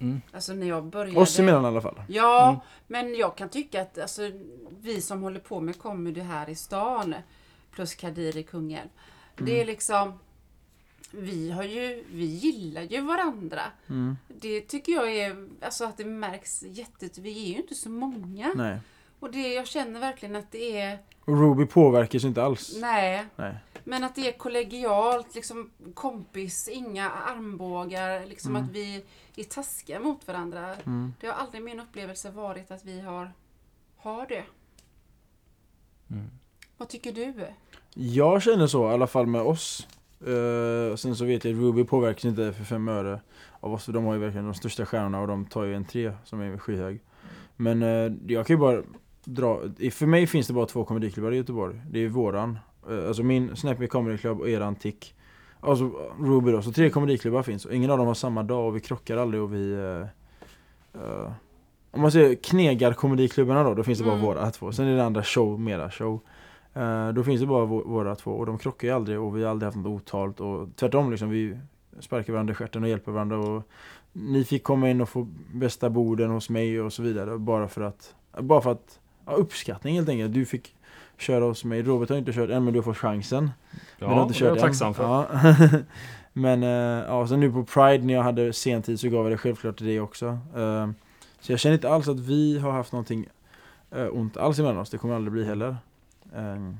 Mm. Alltså när jag började... Oss emellan i alla fall. Ja, Mm. men jag kan tycka att alltså, vi som håller på med comedy här i stan, plus Kadir i Kungälv, Mm. det är liksom... Vi har ju, vi gillar ju varandra. Mm. Det tycker jag är, alltså att det märks jättet. Vi är ju inte så många. Nej. Och det, jag känner verkligen att det är, Och Ruby påverkas inte alls. nej, Nej. men att det är kollegialt, liksom kompis, inga armbågar, liksom Mm. att vi är taskiga mot varandra. Mm. Det har aldrig min upplevelse varit att vi har, har det. Mm. Vad tycker du? Jag känner så, i alla fall med oss. Uh, sen så vet jag att Ruby påverkas inte för fem öre av oss. För de har ju verkligen de största stjärnorna och de tar ju en tre som är skyhög. Men uh, jag kan ju bara dra... För mig finns det bara två komediklubbar i Göteborg. Det är våran. Uh, alltså min Snappy Comedy Club och eran Tick. Alltså Ruby då. Så tre komediklubbar finns. Och ingen av dem har samma dag och vi krockar aldrig och vi... Uh, uh, om man säger knegar komediklubbarna då, då finns det bara Mm. våra två. Sen är det andra show, mera show. Uh, då finns det bara vå- våra två och de krockar ju aldrig och vi har aldrig haft något otalt och tvärtom liksom, vi sparkar varandra i stjärten och hjälper varandra och ni fick komma in och få bästa borden hos mig och så vidare bara för att, bara för att ja, uppskattning helt enkelt. Du fick köra hos mig, Robert har inte kört än men du har fått chansen. Ja, men du har inte det är jag kört än. tacksam för. Ja. Men uh, ja, så nu på Pride när jag hade sentid så gav jag det självklart till det också. Uh, så jag känner inte alls att vi har haft någonting uh, ont alls emellan oss, det kommer aldrig bli heller. Um,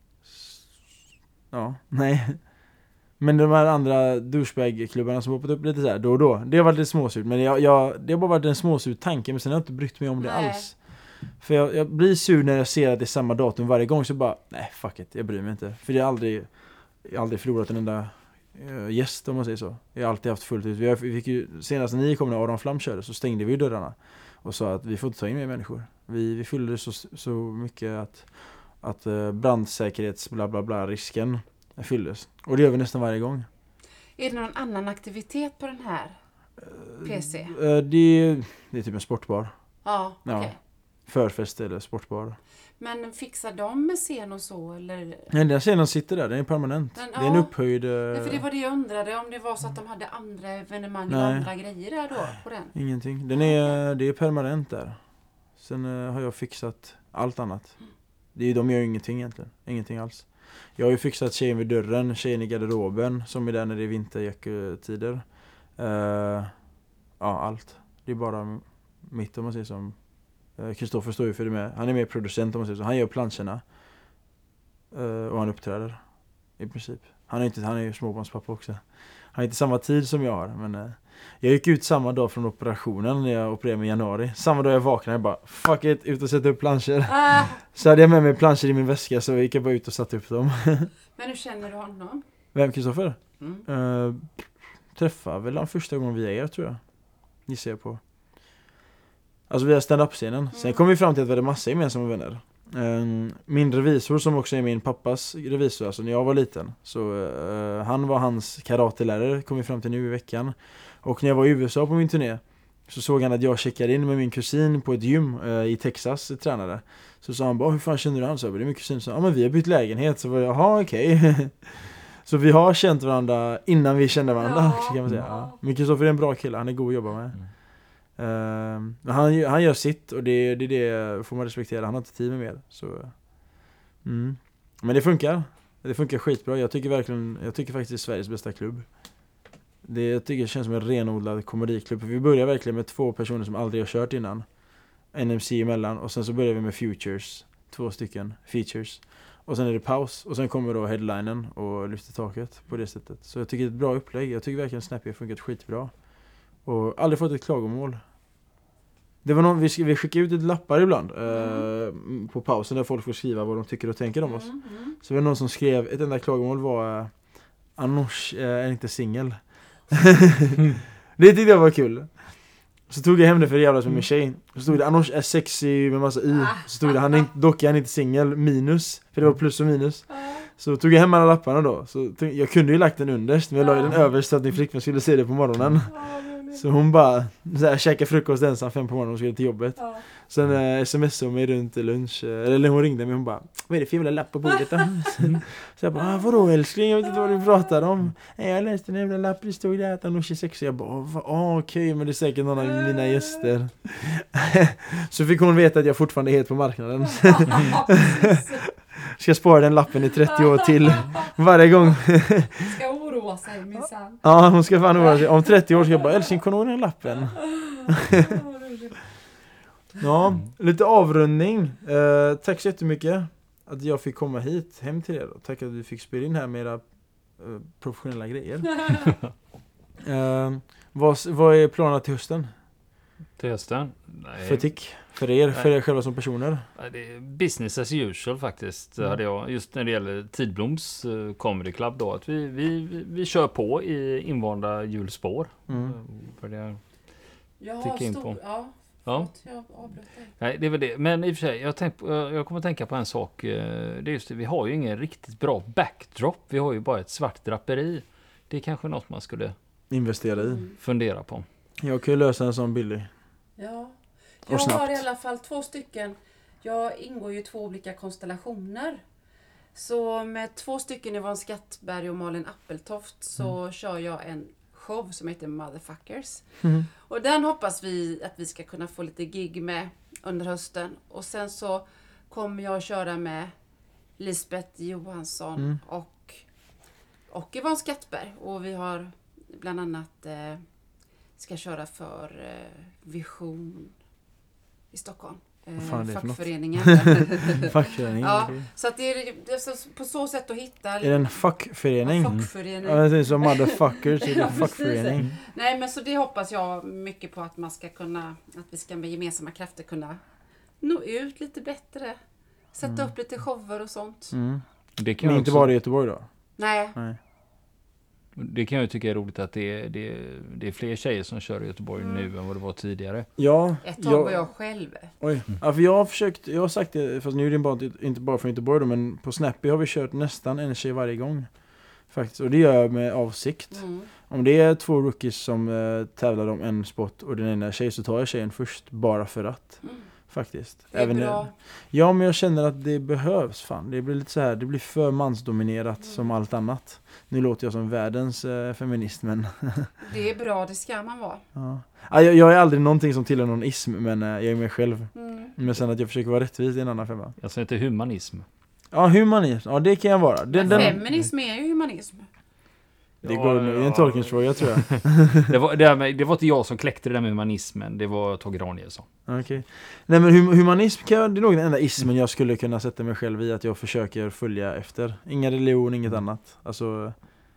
ja, nej. Men de här andra douchebag-klubbarna som har poppat upp lite så här då och då, det har varit lite småsurt. Men jag, jag, det har bara varit en småsurt tanke, men sen har jag inte brytt mig om det Nej. alls. För jag, jag blir sur när jag ser att det är samma datum varje gång, så bara, nej fuck it, jag bryr mig inte. För jag har aldrig, jag har aldrig förlorat en enda uh, gäst om man säger så. Jag har alltid haft fullt ut. Vi, har, vi fick ju, senast när ni kom när Aron Flam körde så stängde vi ju dörrarna och sa att vi får inte ta in mer människor. Vi, vi fyllde så, så mycket att att uh, brandsäkerhets bla bla bla risken fylldes. Och det gör vi nästan varje gång. Är det någon annan aktivitet på den här P C? Uh, det, det är typ en sportbar. Ja, okej. Ja. Förfest eller sportbar. Men fixar de med scen och så, eller? Nej, den scenen sitter där, den är permanent. Den, Det är en ja. upphöjd... Uh, Ja, för det var det jag undrade, om det var så att de hade andra evenemang och Nej. andra grejer där då på den. Ingenting. Den är, det är permanent där. Sen uh, har jag fixat allt annat. Det är, de gör ingenting egentligen. Ingenting alls. Jag har ju fixat tjejen vid dörren, tjejen i garderoben som är där när det är vinterjacketider. Uh, ja, allt. Det är bara mitt om man säger som. Kristoffer uh, står ju för det med. Han är mer producent om man säger så. Han gör planscherna. Uh, och han uppträder. I princip. Han är, inte, han är ju småbarnspappa också. Han har inte samma tid som jag har. Men uh, jag gick ut samma dag från operationen när jag opererade i januari. Samma dag jag vaknade jag bara, fuck it, ut och sätta upp planscher. Ah, Så hade jag med mig planscher i min väska så gick jag bara ut och satte upp dem. men hur känner du honom? Vem, Kristoffer? Mm. Uh, träffar väl han första gången vi är, tror jag. Gissar jag på. Alltså vi har stand-up-scenen. Mm. Sen kom vi fram till att vi hade massa gemensamma vänner. Um, min revisor som också är min pappas revisor, alltså när jag var liten. Så uh, han var hans karatelärare, kom vi fram till nu i veckan. Och när jag var i U S A på min turné så såg han att jag checkade in med min kusin på ett gym uh, i Texas, tränare. Så sa han bara, hur fan känner du han? Så det är min kusin. Så ja, men vi har bytt lägenhet. Så var jag, jaha okej. Okay. Så vi har känt varandra innan vi kände varandra, Ja. kan man säga. Ja. Men Kristoffer är en bra kille, han är god att jobba med. Mm. Uh, han, han gör sitt och det, det, det får man respektera. Han har inte tid med mer. Så, mm. Men det funkar. Det funkar skitbra. Jag tycker verkligen, jag tycker faktiskt det är Sveriges bästa klubb. Det, jag tycker det känns som en renodlad komediklubb. För vi börjar verkligen med två personer som aldrig har kört innan. En M C emellan. Och sen så börjar vi med futures. Två stycken features. Och sen är det paus. Och sen kommer då headlinen och lyfter taket på det sättet. Så jag tycker det är ett bra upplägg. Jag tycker verkligen Snappy har funkat skitbra. Och aldrig fått ett klagomål. Det var någon, vi, vi skickade ut ett lappar ibland mm. eh, på pausen där folk får skriva vad de tycker och tänker om oss. Mm, mm. Så det var någon som skrev, ett enda klagomål var eh, Anoush eh, är inte singel. Det tyckte jag var kul. Så tog jag hem det för det jävla som min tjej. Så stod det Anoush är sexy med massa i. Så stod det han är inte, dock är han inte singel minus. För det var plus och minus. Så tog jag hem alla lapparna då. Så tog, jag kunde ju lagt den underst. Men jag la den överst så att din flickvän skulle se det på morgonen. Så hon bara så här, käkade frukost ensam fem på morgonen och skulle till jobbet. Ja. Sen eh, smsade hon mig runt lunch. eh, Eller hon ringde mig och hon bara, vad är det för jävla lapp på bordet då? Så jag bara, ah, vadå älskling? Jag vet inte vad du pratar om. "Nej, jag läste en jävla lapp, det stod där att han är tjugosex. Så jag bara, ah, ah, okej, men det är säkert någon av mina gäster. Så fick hon veta att jag fortfarande är het på marknaden. Ska spara den lappen i trettio år till. Varje gång. Ska oroa sig minsann. Ja, hon ska fan oroa sig. Om trettio år ska jag bara, älskling, kommer du ihåg den lappen? Ja, lite avrundning. Eh, tack så jättemycket att jag fick komma hit hem till er. Tack att vi fick spela in här med era eh, professionella grejer. eh, vad, vad är planerna till hösten? Till hösten? Nej. För Tick? För er? Nej. För er själva som personer? Nej, det är business as usual faktiskt. Mm. Hade jag, just när det gäller Tidbloms uh, Comedy Club då. Att vi, vi, vi, vi kör på i invanda hjulspår. Mm. Uh, för det, Jag Ticka har in stor... på. Ja, ja. förlåt, jag avbröt dig. Nej, det är väl det. Men i och för sig, jag, tänk, jag jag kommer att tänka på en sak. eh, Det är just det, vi har ju ingen riktigt bra backdrop. Vi har ju bara ett svart draperi. Det är kanske något man skulle Investera i. Mm. fundera på. Jag kan ju lösa en sån billig. Ja. Och Jag snabbt. har i alla fall två stycken. Jag ingår ju i två olika konstellationer. Så med två stycken Yvonne Skattberg och Malin Appeltoft så Mm. kör jag en show som heter Motherfuckers. Mm. Och den hoppas vi att vi ska kunna få lite gig med under hösten. Och sen så kommer jag att köra med Lisbeth Johansson Mm. och, och Yvonne Skattberg. Och vi har bland annat eh, ska köra för eh, Vision i Stockholm. Eh, Vad fan är det för något? fackföreningen. Fackförening. Ja, okej. så att det är, det är så, på så sätt att hitta Är det en fackförening? ja, fackförening. Ja, det är som motherfuckers. Är det Ja, en fackförening? precis. Nej, men så det hoppas jag mycket på att man ska kunna, att vi ska med gemensamma krafter kunna nå ut lite bättre. Sätta Mm. upp lite shower och sånt. Mm. Det kan, Men jag inte också, bara i Göteborg då? Nej. Nej. det kan jag tycka är roligt att det är, det, är, det är fler tjejer som kör i Göteborg Mm. nu än vad det var tidigare. Ja, Ett tag var jag själv. Oj. Ja, för jag har försökt, jag har sagt det, fast nu är det bara, inte bara från Göteborg då, men på Snappy har vi kört nästan en tjej varje gång. Faktiskt, och det gör jag med avsikt. Mm. Om det är två rookies som eh, tävlar om en spot och den ena är tjej, så tar jag tjejen först, bara för att. Mm. Faktiskt. Det är Även bra. det- Ja, men jag känner att det behövs fan. Det blir lite så här, det blir för mansdominerat Mm. som allt annat. Nu låter jag som världens eh, feminist, men Det är bra, det ska man vara. ja. Ja, jag, jag är aldrig någonting som tillhör någon ism, men eh, jag är mig själv. Mm. Men sen att jag försöker vara rättvis i en annan femma. Jag säger inte humanism. Ja, humanism. Ja, det kan jag vara. Den, Men den, feminism är ju humanism. det Ja, går det är en ja. tolkningsfråga, tror jag. Det var, det, här med, det var inte jag som kläckte det där med humanismen. Det var Tage Danielsson. Okej. Nej, men hum, humanism kan jag, det är nog den enda ismen jag skulle kunna sätta mig själv i, att jag försöker följa efter. Ingen religion, inget annat. Alltså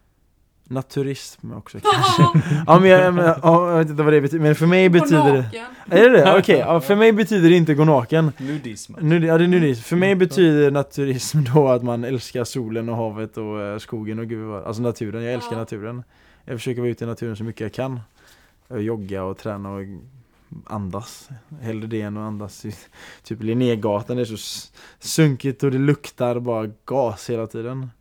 naturism också kanske. Ja, men jag, men, ja, jag vet inte vad det betyder, men för mig betyder det... Naken. Är det det? Okej, ja, för mig betyder det inte gå naken. Nudism. Nu, ja, det är nudism. För mig betyder naturism då att man älskar solen och havet och eh, skogen och gud vad, alltså naturen. Jag älskar Ja. naturen. Jag försöker vara ute i naturen så mycket jag kan. Jag jogga och träna och andas. Hellre det än att andas i typ Linnégatan. Det är så s- sunkigt och det luktar bara gas hela tiden.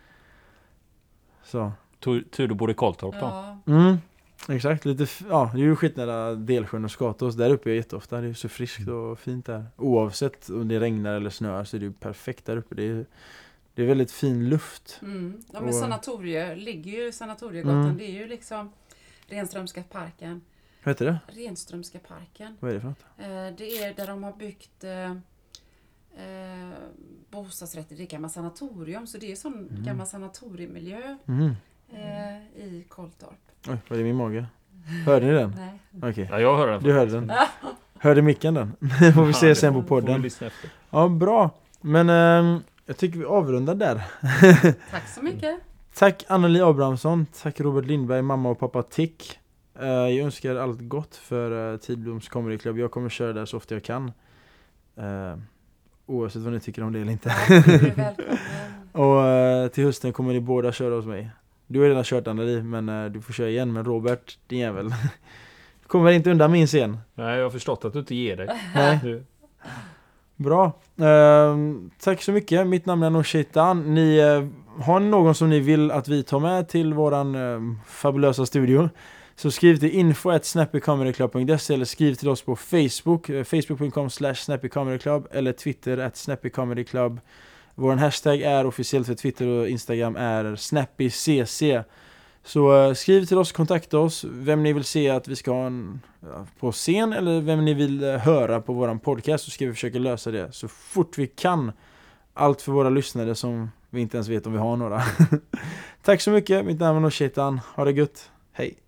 Så. Tur tur du bor i Kolltorp då. Ja. Mm. Exakt, lite f- ja, det är ju skitnära Delsjön och Skatås. Där uppe är jag jätteofta. Det är så friskt och fint där. Oavsett om det regnar eller snöar så är det ju perfekt där uppe. Det är, det är väldigt fin luft. Mm. Ja, men Och- sanatorier ligger ju Sanatoriegatan. Mm. Det är ju liksom Renströmska parken. Vad heter det? Renströmska parken. Vad är det för något? Eh, det är där de har byggt eh, eh, bostadsrätter. Det är gammal sanatorium. Så det är sån Mm. gammal sanatoriemiljö Mhm. eh, i Kolltorp. Oj, vad är det i min mage? Hörde ni den? Nej. Okej. Ja, jag hör den. Du hörde den. Hörde micken den? Får vi se sen på Får vi podden. lyssna efter. Ja, bra. Men ehm, jag tycker vi avrundar där. Tack så mycket. Tack Anneli Abrahamsson. Tack Robert Lindberg, mamma och pappa Tick. Eh, jag önskar allt gott för uh, Tidbloms Comedy Club. Jag kommer köra där så ofta jag kan. Uh, oavsett vad ni tycker om det eller inte. Ja, du är välkommen. Och eh, till hösten kommer ni båda köra hos mig. Du har redan kört Anneli, men eh, du får köra igen. Men Robert, din jävel. Du kommer inte undan min scen. Nej, jag har förstått att du inte ger dig. Nej. Du- Bra. Ehm, tack så mycket. Mitt namn är Anor Shaitan. Ni, eh, har ni någon som ni vill att vi tar med till våran eh, fabulösa studio, Så skriv till info at snappycomedyclub punkt se eller skriv till oss på Facebook, facebook punkt com slash snappycomedyclub eller Twitter at snappycomedyclub. Vår hashtag är officiellt för Twitter och Instagram är snappycc. Så uh, skriv till oss, kontakta oss, vem ni vill se att vi ska ha en, ja, på scen eller vem ni vill uh, höra på våran podcast, så ska vi försöka lösa det så fort vi kan. Allt för våra lyssnare som vi inte ens vet om vi har några. Tack så mycket, mitt namn är Shaitan. Ha det gött, hej!